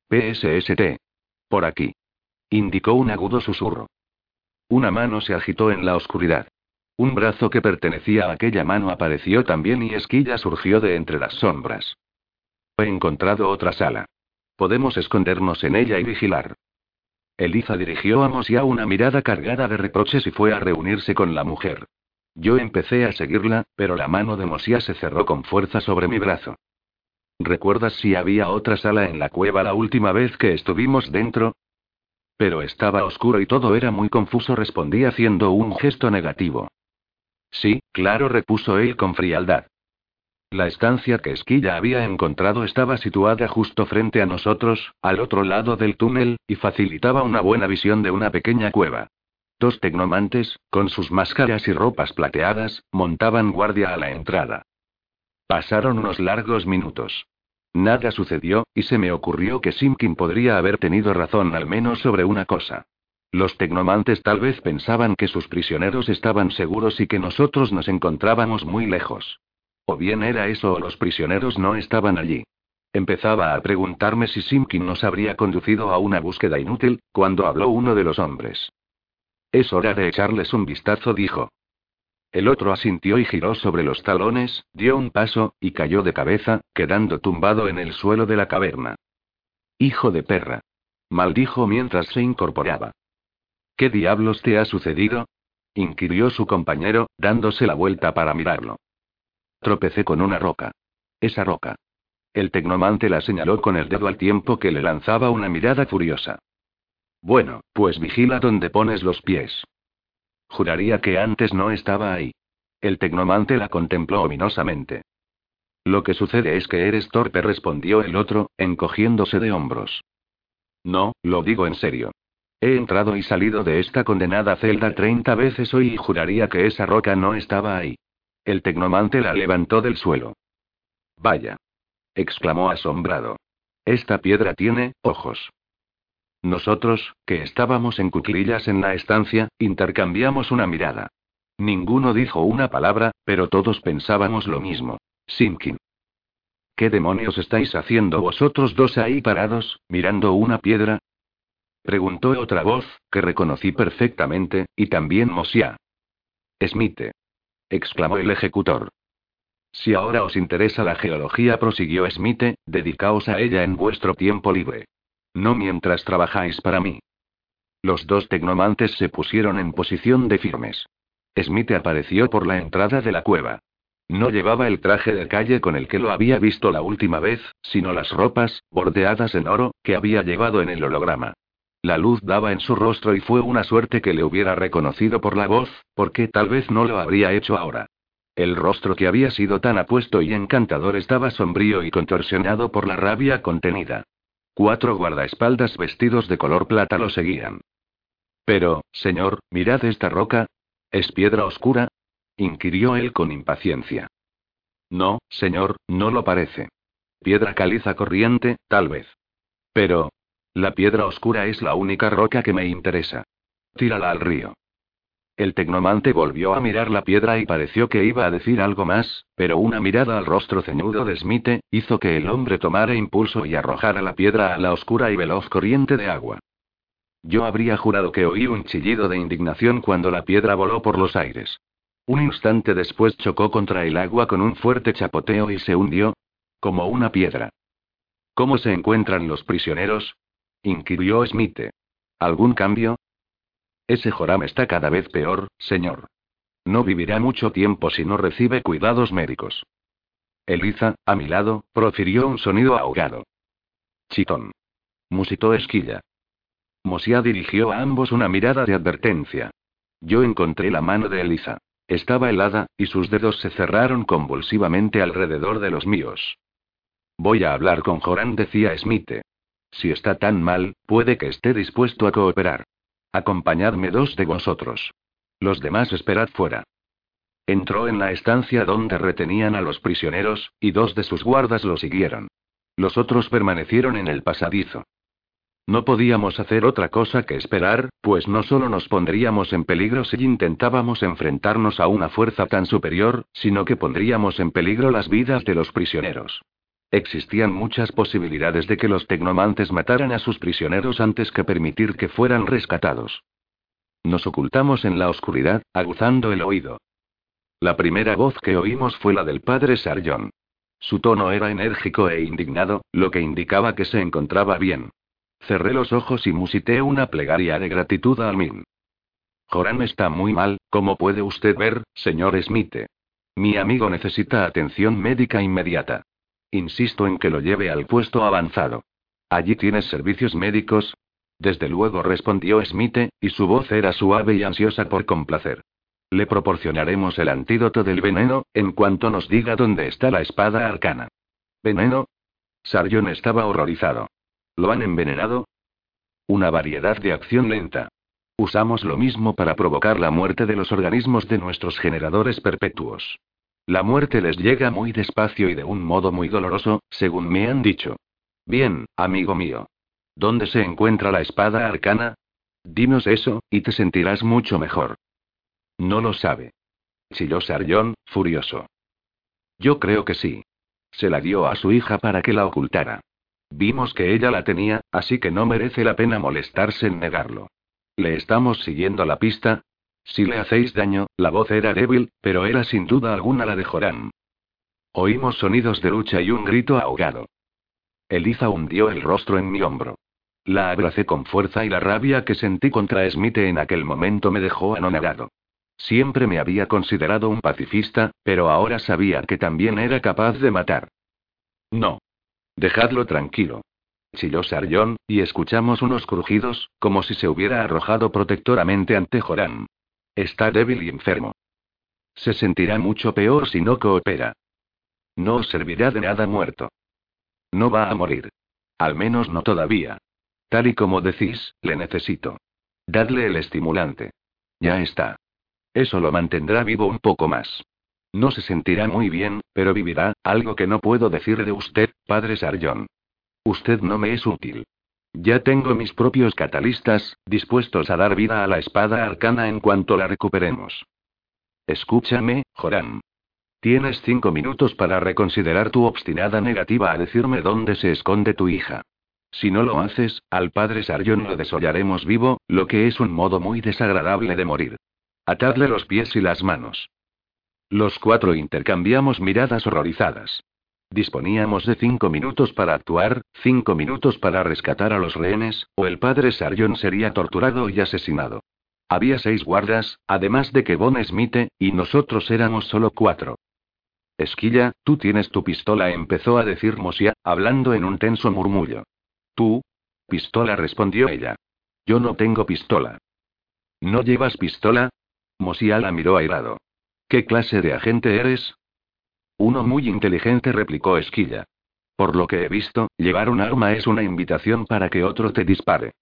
PSST. Por aquí. Indicó un agudo susurro. Una mano se agitó en la oscuridad. Un brazo que pertenecía a aquella mano apareció también y Esquilla surgió de entre las sombras. He encontrado otra sala. Podemos escondernos en ella y vigilar. Eliza dirigió a Mosia una mirada cargada de reproches y fue a reunirse con la mujer. Yo empecé a seguirla, pero la mano de Mosia se cerró con fuerza sobre mi brazo. ¿Recuerdas si había otra sala en la cueva la última vez que estuvimos dentro? Pero estaba oscuro y todo era muy confuso, respondí haciendo un gesto negativo. Sí, claro, repuso él con frialdad. La estancia que Esquilla había encontrado estaba situada justo frente a nosotros, al otro lado del túnel, y facilitaba una buena visión de una pequeña cueva. 2 tecnomantes, con sus máscaras y ropas plateadas, montaban guardia a la entrada. Pasaron unos largos minutos. Nada sucedió, y se me ocurrió que Simkin podría haber tenido razón al menos sobre una cosa. Los tecnomantes tal vez pensaban que sus prisioneros estaban seguros y que nosotros nos encontrábamos muy lejos. O bien era eso o los prisioneros no estaban allí. Empezaba a preguntarme si Simkin nos habría conducido a una búsqueda inútil, cuando habló uno de los hombres. Es hora de echarles un vistazo, dijo. El otro asintió y giró sobre los talones, dio un paso, y cayó de cabeza, quedando tumbado en el suelo de la caverna. Hijo de perra. Maldijo mientras se incorporaba. ¿Qué diablos te ha sucedido? Inquirió su compañero, dándose la vuelta para mirarlo. Tropecé con una roca. Esa roca. El tecnomante la señaló con el dedo al tiempo que le lanzaba una mirada furiosa. Bueno, pues vigila dónde pones los pies. Juraría que antes no estaba ahí. El tecnomante la contempló ominosamente. Lo que sucede es que eres torpe, respondió el otro, encogiéndose de hombros. No, lo digo en serio. He entrado y salido de esta condenada celda 30 veces hoy y juraría que esa roca no estaba ahí. El tecnomante la levantó del suelo. Vaya. Exclamó asombrado. Esta piedra tiene ojos. Nosotros, que estábamos en cuclillas en la estancia, intercambiamos una mirada. Ninguno dijo una palabra, pero todos pensábamos lo mismo. Simkin. ¿Qué demonios estáis haciendo vosotros dos ahí parados, mirando una piedra? Preguntó otra voz, que reconocí perfectamente, y también Mosia. Smith. Exclamó el ejecutor. Si ahora os interesa la geología, prosiguió Smith, dedicaos a ella en vuestro tiempo libre. No mientras trabajáis para mí. Los 2 tecnomantes se pusieron en posición de firmes. Smith apareció por la entrada de la cueva. No llevaba el traje de calle con el que lo había visto la última vez, sino las ropas, bordeadas en oro, que había llevado en el holograma. La luz daba en su rostro y fue una suerte que le hubiera reconocido por la voz, porque tal vez no lo habría hecho ahora. El rostro que había sido tan apuesto y encantador estaba sombrío y contorsionado por la rabia contenida. 4 guardaespaldas vestidos de color plata lo seguían. Pero, señor, mirad esta roca. ¿Es piedra oscura? Inquirió él con impaciencia. No, señor, no lo parece. Piedra caliza corriente, tal vez. Pero, la piedra oscura es la única roca que me interesa. Tírala al río. El tecnomante volvió a mirar la piedra y pareció que iba a decir algo más, pero una mirada al rostro ceñudo de Smith hizo que el hombre tomara impulso y arrojara la piedra a la oscura y veloz corriente de agua. Yo habría jurado que oí un chillido de indignación cuando la piedra voló por los aires. Un instante después chocó contra el agua con un fuerte chapoteo y se hundió, como una piedra. ¿Cómo se encuentran los prisioneros? Inquirió Smith. ¿Algún cambio? Ese Joram está cada vez peor, señor. No vivirá mucho tiempo si no recibe cuidados médicos. Eliza, a mi lado, profirió un sonido ahogado. Chitón. Musitó Esquilla. Mosia dirigió a ambos una mirada de advertencia. Yo encontré la mano de Eliza. Estaba helada, y sus dedos se cerraron convulsivamente alrededor de los míos. Voy a hablar con Joram, decía Smith. Si está tan mal, puede que esté dispuesto a cooperar. Acompañadme 2 de vosotros. Los demás esperad fuera. Entró en la estancia donde retenían a los prisioneros, y 2 de sus guardas lo siguieron. Los otros permanecieron en el pasadizo. No podíamos hacer otra cosa que esperar, pues no solo nos pondríamos en peligro si intentábamos enfrentarnos a una fuerza tan superior, sino que pondríamos en peligro las vidas de los prisioneros. Existían muchas posibilidades de que los tecnomantes mataran a sus prisioneros antes que permitir que fueran rescatados. Nos ocultamos en la oscuridad, aguzando el oído. La primera voz que oímos fue la del padre Sarjon. Su tono era enérgico e indignado, lo que indicaba que se encontraba bien. Cerré los ojos y musité una plegaria de gratitud a Almin. Joran está muy mal, como puede usted ver, señor Smith. Mi amigo necesita atención médica inmediata. Insisto en que lo lleve al puesto avanzado. ¿Allí tienes servicios médicos? Desde luego, respondió Smith, y su voz era suave y ansiosa por complacer. Le proporcionaremos el antídoto del veneno, en cuanto nos diga dónde está la espada arcana. ¿Veneno? Sarjon estaba horrorizado. ¿Lo han envenenado? Una variedad de acción lenta. Usamos lo mismo para provocar la muerte de los organismos de nuestros generadores perpetuos. La muerte les llega muy despacio y de un modo muy doloroso, según me han dicho. Bien, amigo mío. ¿Dónde se encuentra la espada arcana? Dinos eso, y te sentirás mucho mejor. No lo sabe. Chilló Sarjon, furioso. Yo creo que sí. Se la dio a su hija para que la ocultara. Vimos que ella la tenía, así que no merece la pena molestarse en negarlo. ¿Le estamos siguiendo la pista? Si le hacéis daño, la voz era débil, pero era sin duda alguna la de Joran. Oímos sonidos de lucha y un grito ahogado. Eliza hundió el rostro en mi hombro. La abracé con fuerza y la rabia que sentí contra Smith en aquel momento me dejó anonadado. Siempre me había considerado un pacifista, pero ahora sabía que también era capaz de matar. No. Dejadlo tranquilo. Chilló Sarjon, y escuchamos unos crujidos, como si se hubiera arrojado protectoramente ante Joran. Está débil y enfermo. Se sentirá mucho peor si no coopera. No os servirá de nada muerto. No va a morir. Al menos no todavía. Tal y como decís, le necesito. Dadle el estimulante. Ya está. Eso lo mantendrá vivo un poco más. No se sentirá muy bien, pero vivirá, algo que no puedo decir de usted, padre Sarjon. Usted no me es útil. Ya tengo mis propios catalistas, dispuestos a dar vida a la espada arcana en cuanto la recuperemos. Escúchame, Joran. Tienes 5 minutos para reconsiderar tu obstinada negativa a decirme dónde se esconde tu hija. Si no lo haces, al padre Sarjon lo desollaremos vivo, lo que es un modo muy desagradable de morir. Atadle los pies y las manos. Los 4 intercambiamos miradas horrorizadas. Disponíamos de 5 minutos para actuar, 5 minutos para rescatar a los rehenes, o el padre Sarjon sería torturado y asesinado. Había 6 guardas, además de que Von Smith, y nosotros éramos solo 4. Esquilla, tú tienes tu pistola, empezó a decir Mosia, hablando en un tenso murmullo. ¿Tú? Pistola, respondió ella. Yo no tengo pistola. ¿No llevas pistola? Mosia la miró airado. ¿Qué clase de agente eres? Uno muy inteligente, replicó Esquilla. Por lo que he visto, llevar un arma es una invitación para que otro te dispare.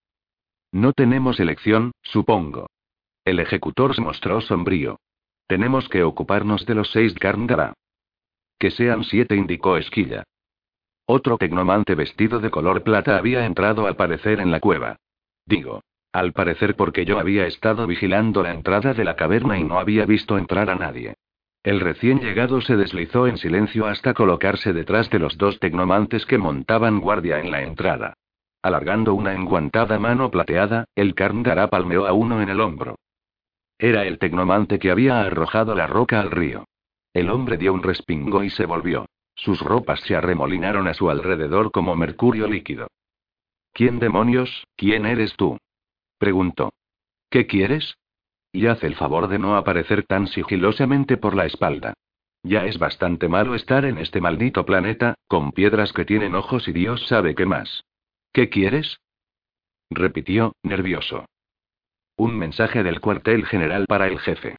No tenemos elección, supongo. El ejecutor se mostró sombrío. Tenemos que ocuparnos de los 6 Karndara. Que sean 7, indicó Esquilla. Otro tecnomante vestido de color plata había entrado al parecer en la cueva. Digo, al parecer porque yo había estado vigilando la entrada de la caverna y no había visto entrar a nadie. El recién llegado se deslizó en silencio hasta colocarse detrás de los 2 tecnomantes que montaban guardia en la entrada. Alargando una enguantada mano plateada, el Karndara palmeó a uno en el hombro. Era el tecnomante que había arrojado la roca al río. El hombre dio un respingo y se volvió. Sus ropas se arremolinaron a su alrededor como mercurio líquido. ¿Quién demonios, quién eres tú? Preguntó. ¿Qué quieres? Y haz el favor de no aparecer tan sigilosamente por la espalda. Ya es bastante malo estar en este maldito planeta, con piedras que tienen ojos y Dios sabe qué más. ¿Qué quieres? Repitió, nervioso. Un mensaje del cuartel general para el jefe.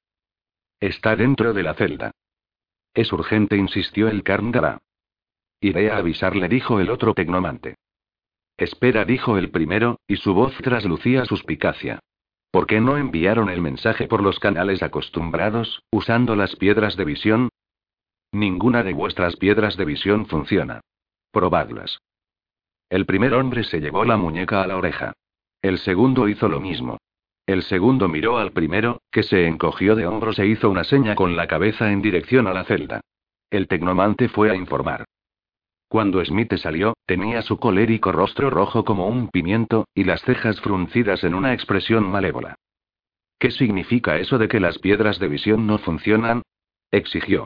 Está dentro de la celda. Es urgente, insistió el Karndara. Iré a avisarle, dijo el otro tecnomante. Espera, dijo el primero, y su voz traslucía suspicacia. ¿Por qué no enviaron el mensaje por los canales acostumbrados, usando las piedras de visión? Ninguna de vuestras piedras de visión funciona. Probadlas. El primer hombre se llevó la muñeca a la oreja. El segundo hizo lo mismo. El segundo miró al primero, que se encogió de hombros e hizo una seña con la cabeza en dirección a la celda. El tecnomante fue a informar. Cuando Smith salió, tenía su colérico rostro rojo como un pimiento, y las cejas fruncidas en una expresión malévola. ¿Qué significa eso de que las piedras de visión no funcionan? Exigió.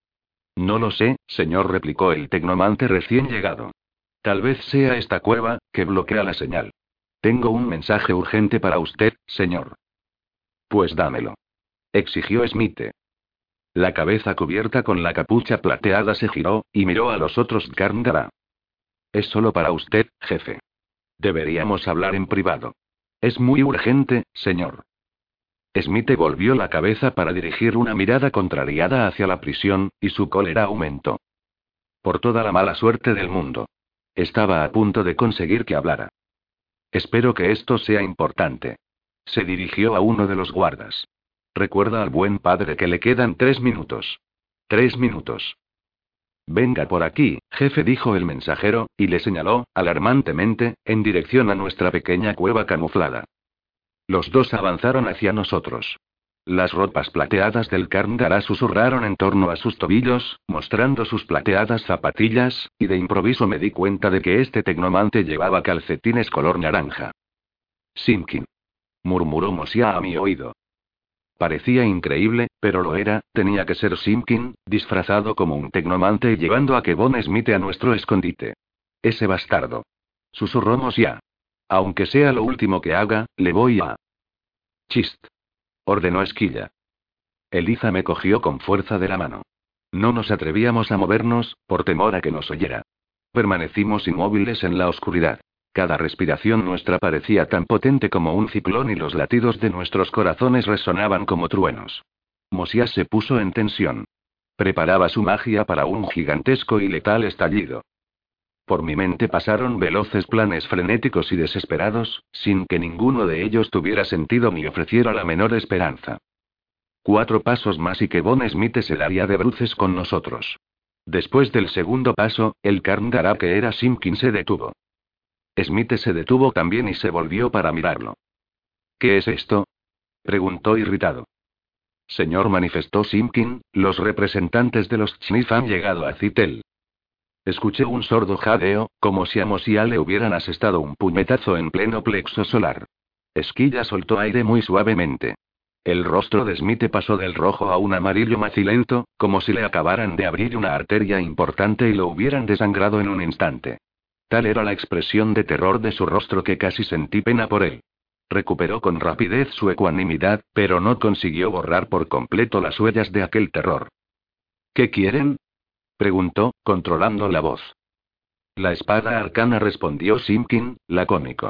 No lo sé, señor, replicó el tecnomante recién llegado. Tal vez sea esta cueva, que bloquea la señal. Tengo un mensaje urgente para usted, señor. Pues dámelo. Exigió Smith. La cabeza cubierta con la capucha plateada se giró, y miró a los otros Karndara. Es solo para usted, jefe. Deberíamos hablar en privado. Es muy urgente, señor. Smith volvió la cabeza para dirigir una mirada contrariada hacia la prisión, y su cólera aumentó. Por toda la mala suerte del mundo. Estaba a punto de conseguir que hablara. Espero que esto sea importante. Se dirigió a uno de los guardas. Recuerda al buen padre que le quedan 3 minutos. 3 minutos. Venga por aquí, jefe, dijo el mensajero, y le señaló, alarmantemente, en dirección a nuestra pequeña cueva camuflada. Los dos avanzaron hacia nosotros. Las ropas plateadas del Karndara susurraron en torno a sus tobillos, mostrando sus plateadas zapatillas, y de improviso me di cuenta de que este tecnomante llevaba calcetines color naranja. Simkin. Murmuró Mosia a mi oído. Parecía increíble, pero lo era, tenía que ser Simkin, disfrazado como un tecnomante y llevando a Kevon Smith a nuestro escondite. Ese bastardo. Susurró Mosia. Aunque sea lo último que haga, le voy a... Chist. Ordenó Esquilla. Eliza me cogió con fuerza de la mano. No nos atrevíamos a movernos, por temor a que nos oyera. Permanecimos inmóviles en la oscuridad. Cada respiración nuestra parecía tan potente como un ciclón y los latidos de nuestros corazones resonaban como truenos. Mosia se puso en tensión. Preparaba su magia para un gigantesco y letal estallido. Por mi mente pasaron veloces planes frenéticos y desesperados, sin que ninguno de ellos tuviera sentido ni ofreciera la menor esperanza. 4 pasos más y Kevon Smith se daría de bruces con nosotros. Después del segundo paso, el Karndara que era Simkin se detuvo. Smith se detuvo también y se volvió para mirarlo. ¿Qué es esto? Preguntó irritado. Señor, manifestó Simkin, los representantes de los Chnif han llegado a Citel. Escuché un sordo jadeo, como si a Mosia le hubieran asestado un puñetazo en pleno plexo solar. Esquilla soltó aire muy suavemente. El rostro de Smith pasó del rojo a un amarillo macilento, como si le acabaran de abrir una arteria importante y lo hubieran desangrado en un instante. Tal era la expresión de terror de su rostro que casi sentí pena por él. Recuperó con rapidez su ecuanimidad, pero no consiguió borrar por completo las huellas de aquel terror. ¿Qué quieren? Preguntó, controlando la voz. La espada arcana, respondió Simkin, lacónico.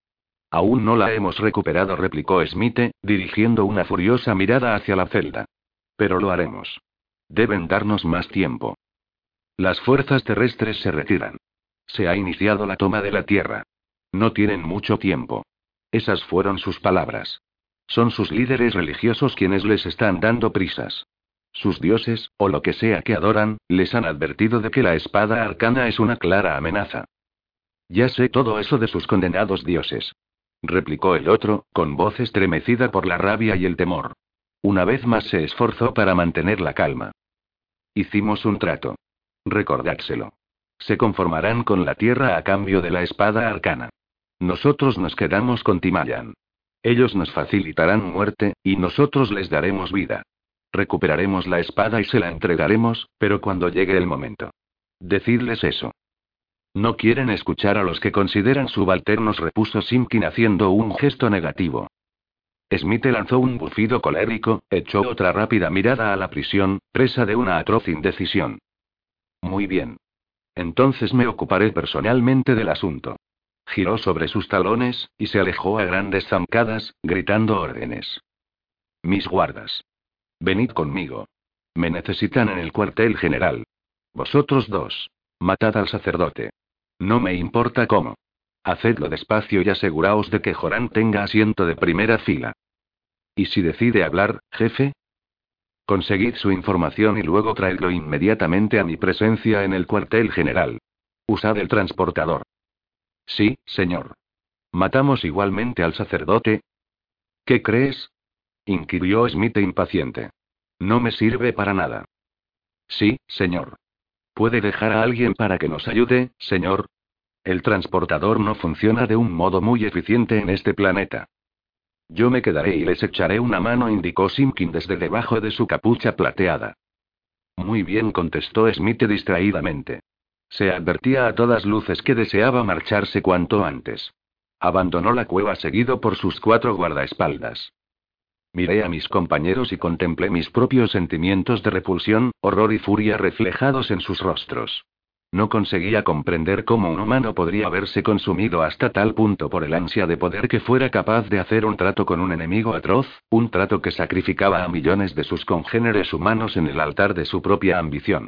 Aún no la hemos recuperado, replicó Smith, dirigiendo una furiosa mirada hacia la celda. Pero lo haremos. Deben darnos más tiempo. Las fuerzas terrestres se retiran. Se ha iniciado la toma de la tierra. No tienen mucho tiempo. Esas fueron sus palabras. Son sus líderes religiosos quienes les están dando prisas. Sus dioses, o lo que sea que adoran, les han advertido de que la espada arcana es una clara amenaza. Ya sé todo eso de sus condenados dioses. Replicó el otro, con voz estremecida por la rabia y el temor. Una vez más se esforzó para mantener la calma. Hicimos un trato. Recordádselo. Se conformarán con la tierra a cambio de la espada arcana. Nosotros nos quedamos con Timayan. Ellos nos facilitarán muerte, y nosotros les daremos vida. Recuperaremos la espada y se la entregaremos, pero cuando llegue el momento. Decidles eso. No quieren escuchar a los que consideran subalternos, repuso Simkin haciendo un gesto negativo. Smith lanzó un bufido colérico, echó otra rápida mirada a la prisión, presa de una atroz indecisión. Muy bien. Entonces me ocuparé personalmente del asunto. Giró sobre sus talones, y se alejó a grandes zancadas, gritando órdenes. Mis guardas. Venid conmigo. Me necesitan en el cuartel general. Vosotros dos. Matad al sacerdote. No me importa cómo. Hacedlo despacio y aseguraos de que Joran tenga asiento de primera fila. ¿Y si decide hablar, jefe? Conseguid su información y luego traedlo inmediatamente a mi presencia en el cuartel general. Usad el transportador. Sí, señor. ¿Matamos igualmente al sacerdote? ¿Qué crees? Inquirió Smith impaciente. No me sirve para nada. Sí, señor. ¿Puede dejar a alguien para que nos ayude, señor? El transportador no funciona de un modo muy eficiente en este planeta. Yo me quedaré y les echaré una mano, indicó Simpkin desde debajo de su capucha plateada. Muy bien, contestó Smith distraídamente. Se advertía a todas luces que deseaba marcharse cuanto antes. Abandonó la cueva seguido por sus 4 guardaespaldas. Miré a mis compañeros y contemplé mis propios sentimientos de repulsión, horror y furia reflejados en sus rostros. No conseguía comprender cómo un humano podría haberse consumido hasta tal punto por el ansia de poder que fuera capaz de hacer un trato con un enemigo atroz, un trato que sacrificaba a millones de sus congéneres humanos en el altar de su propia ambición.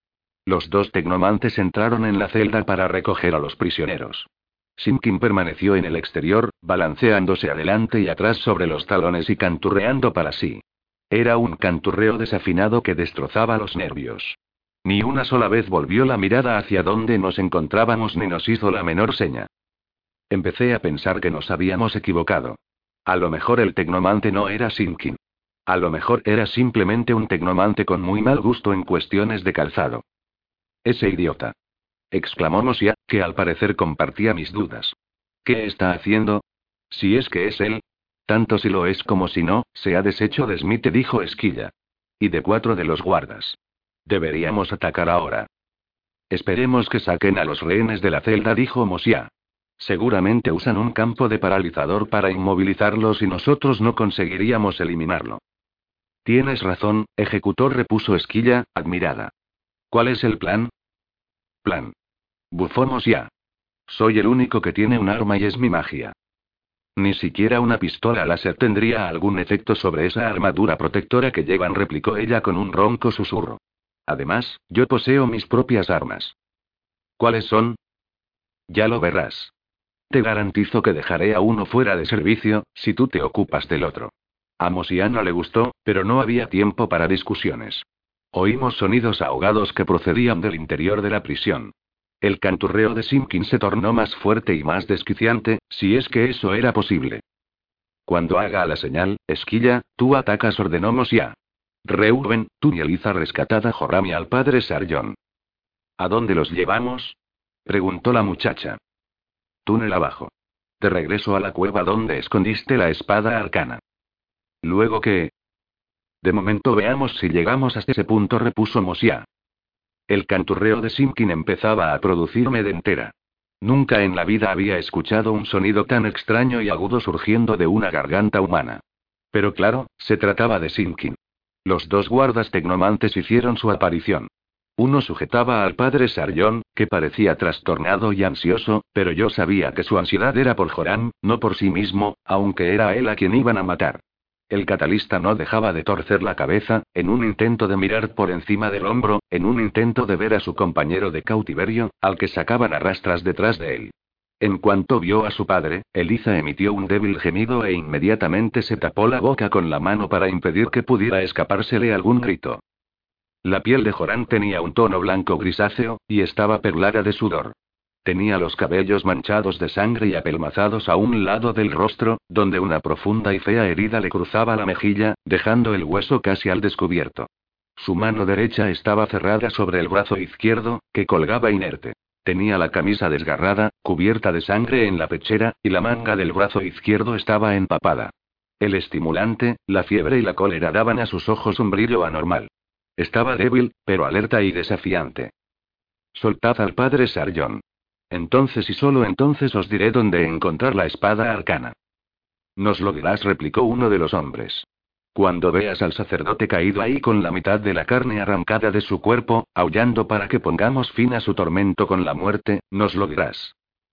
Los 2 tecnomantes entraron en la celda para recoger a los prisioneros. Simpkin permaneció en el exterior, balanceándose adelante y atrás sobre los talones y canturreando para sí. Era un canturreo desafinado que destrozaba los nervios. Ni una sola vez volvió la mirada hacia donde nos encontrábamos ni nos hizo la menor seña. Empecé a pensar que nos habíamos equivocado. A lo mejor el tecnomante no era Simpkin. A lo mejor era simplemente un tecnomante con muy mal gusto en cuestiones de calzado. Ese idiota. Exclamó Mosia, que al parecer compartía mis dudas. ¿Qué está haciendo? Si es que es él. Tanto si lo es como si no, se ha deshecho de Smith, dijo Esquilla. Y de 4 de los guardas. Deberíamos atacar ahora. Esperemos que saquen a los rehenes de la celda, dijo Mosia. Seguramente usan un campo de paralizador para inmovilizarlos y nosotros no conseguiríamos eliminarlo. Tienes razón, ejecutor, repuso Esquilla, admirada. ¿Cuál es el plan? Plan. Bufó Mosia. Soy el único que tiene un arma y es mi magia. Ni siquiera una pistola láser tendría algún efecto sobre esa armadura protectora que llevan, replicó ella con un ronco susurro. Además, yo poseo mis propias armas. ¿Cuáles son? Ya lo verás. Te garantizo que dejaré a uno fuera de servicio, si tú te ocupas del otro. A Mosia no le gustó, pero no había tiempo para discusiones. Oímos sonidos ahogados que procedían del interior de la prisión. El canturreo de Simpkin se tornó más fuerte y más desquiciante, si es que eso era posible. Cuando haga la señal, Esquilla, tú atacas, ordenó Mosia. Reuben, tú y Eliza rescatad a Joram y al padre Sarjon. ¿A dónde los llevamos? Preguntó la muchacha. Túnel abajo. De regreso a la cueva donde escondiste la espada arcana. ¿Luego qué? De momento veamos si llegamos hasta ese punto, repuso Mosia. El canturreo de Simpkin empezaba a producirme dentera. Nunca en la vida había escuchado un sonido tan extraño y agudo surgiendo de una garganta humana. Pero claro, se trataba de Simpkin. Los 2 guardas tecnomantes hicieron su aparición. Uno sujetaba al padre Sarjon, que parecía trastornado y ansioso, pero yo sabía que su ansiedad era por Joram, no por sí mismo, aunque era a él a quien iban a matar. El catalista no dejaba de torcer la cabeza, en un intento de mirar por encima del hombro, en un intento de ver a su compañero de cautiverio, al que sacaban a rastras detrás de él. En cuanto vio a su padre, Eliza emitió un débil gemido e inmediatamente se tapó la boca con la mano para impedir que pudiera escapársele algún grito. La piel de Joram tenía un tono blanco grisáceo, y estaba perlada de sudor. Tenía los cabellos manchados de sangre y apelmazados a un lado del rostro, donde una profunda y fea herida le cruzaba la mejilla, dejando el hueso casi al descubierto. Su mano derecha estaba cerrada sobre el brazo izquierdo, que colgaba inerte. Tenía la camisa desgarrada, cubierta de sangre en la pechera, y la manga del brazo izquierdo estaba empapada. El estimulante, la fiebre y la cólera daban a sus ojos un brillo anormal. Estaba débil, pero alerta y desafiante. Soltad al padre Sarjon. Entonces y solo entonces os diré dónde encontrar la espada arcana. Nos lo dirás, replicó uno de los hombres. Cuando veas al sacerdote caído ahí con la mitad de la carne arrancada de su cuerpo, aullando para que pongamos fin a su tormento con la muerte, nos lo dirás.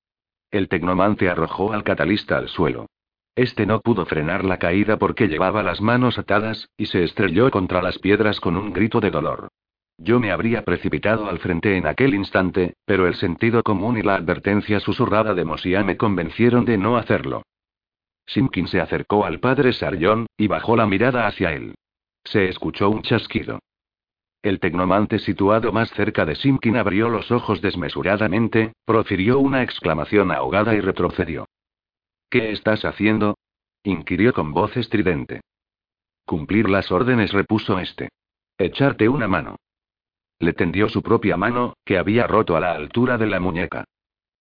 El tecnomante arrojó al catalista al suelo. Este no pudo frenar la caída porque llevaba las manos atadas, y se estrelló contra las piedras con un grito de dolor. Yo me habría precipitado al frente en aquel instante, pero el sentido común y la advertencia susurrada de Mosia me convencieron de no hacerlo. Simpkin se acercó al padre Sarjon, y bajó la mirada hacia él. Se escuchó un chasquido. El tecnomante situado más cerca de Simkin abrió los ojos desmesuradamente, profirió una exclamación ahogada y retrocedió. ¿Qué estás haciendo? Inquirió con voz estridente. Cumplir las órdenes, repuso este. Echarte una mano. Le tendió su propia mano, que había roto a la altura de la muñeca.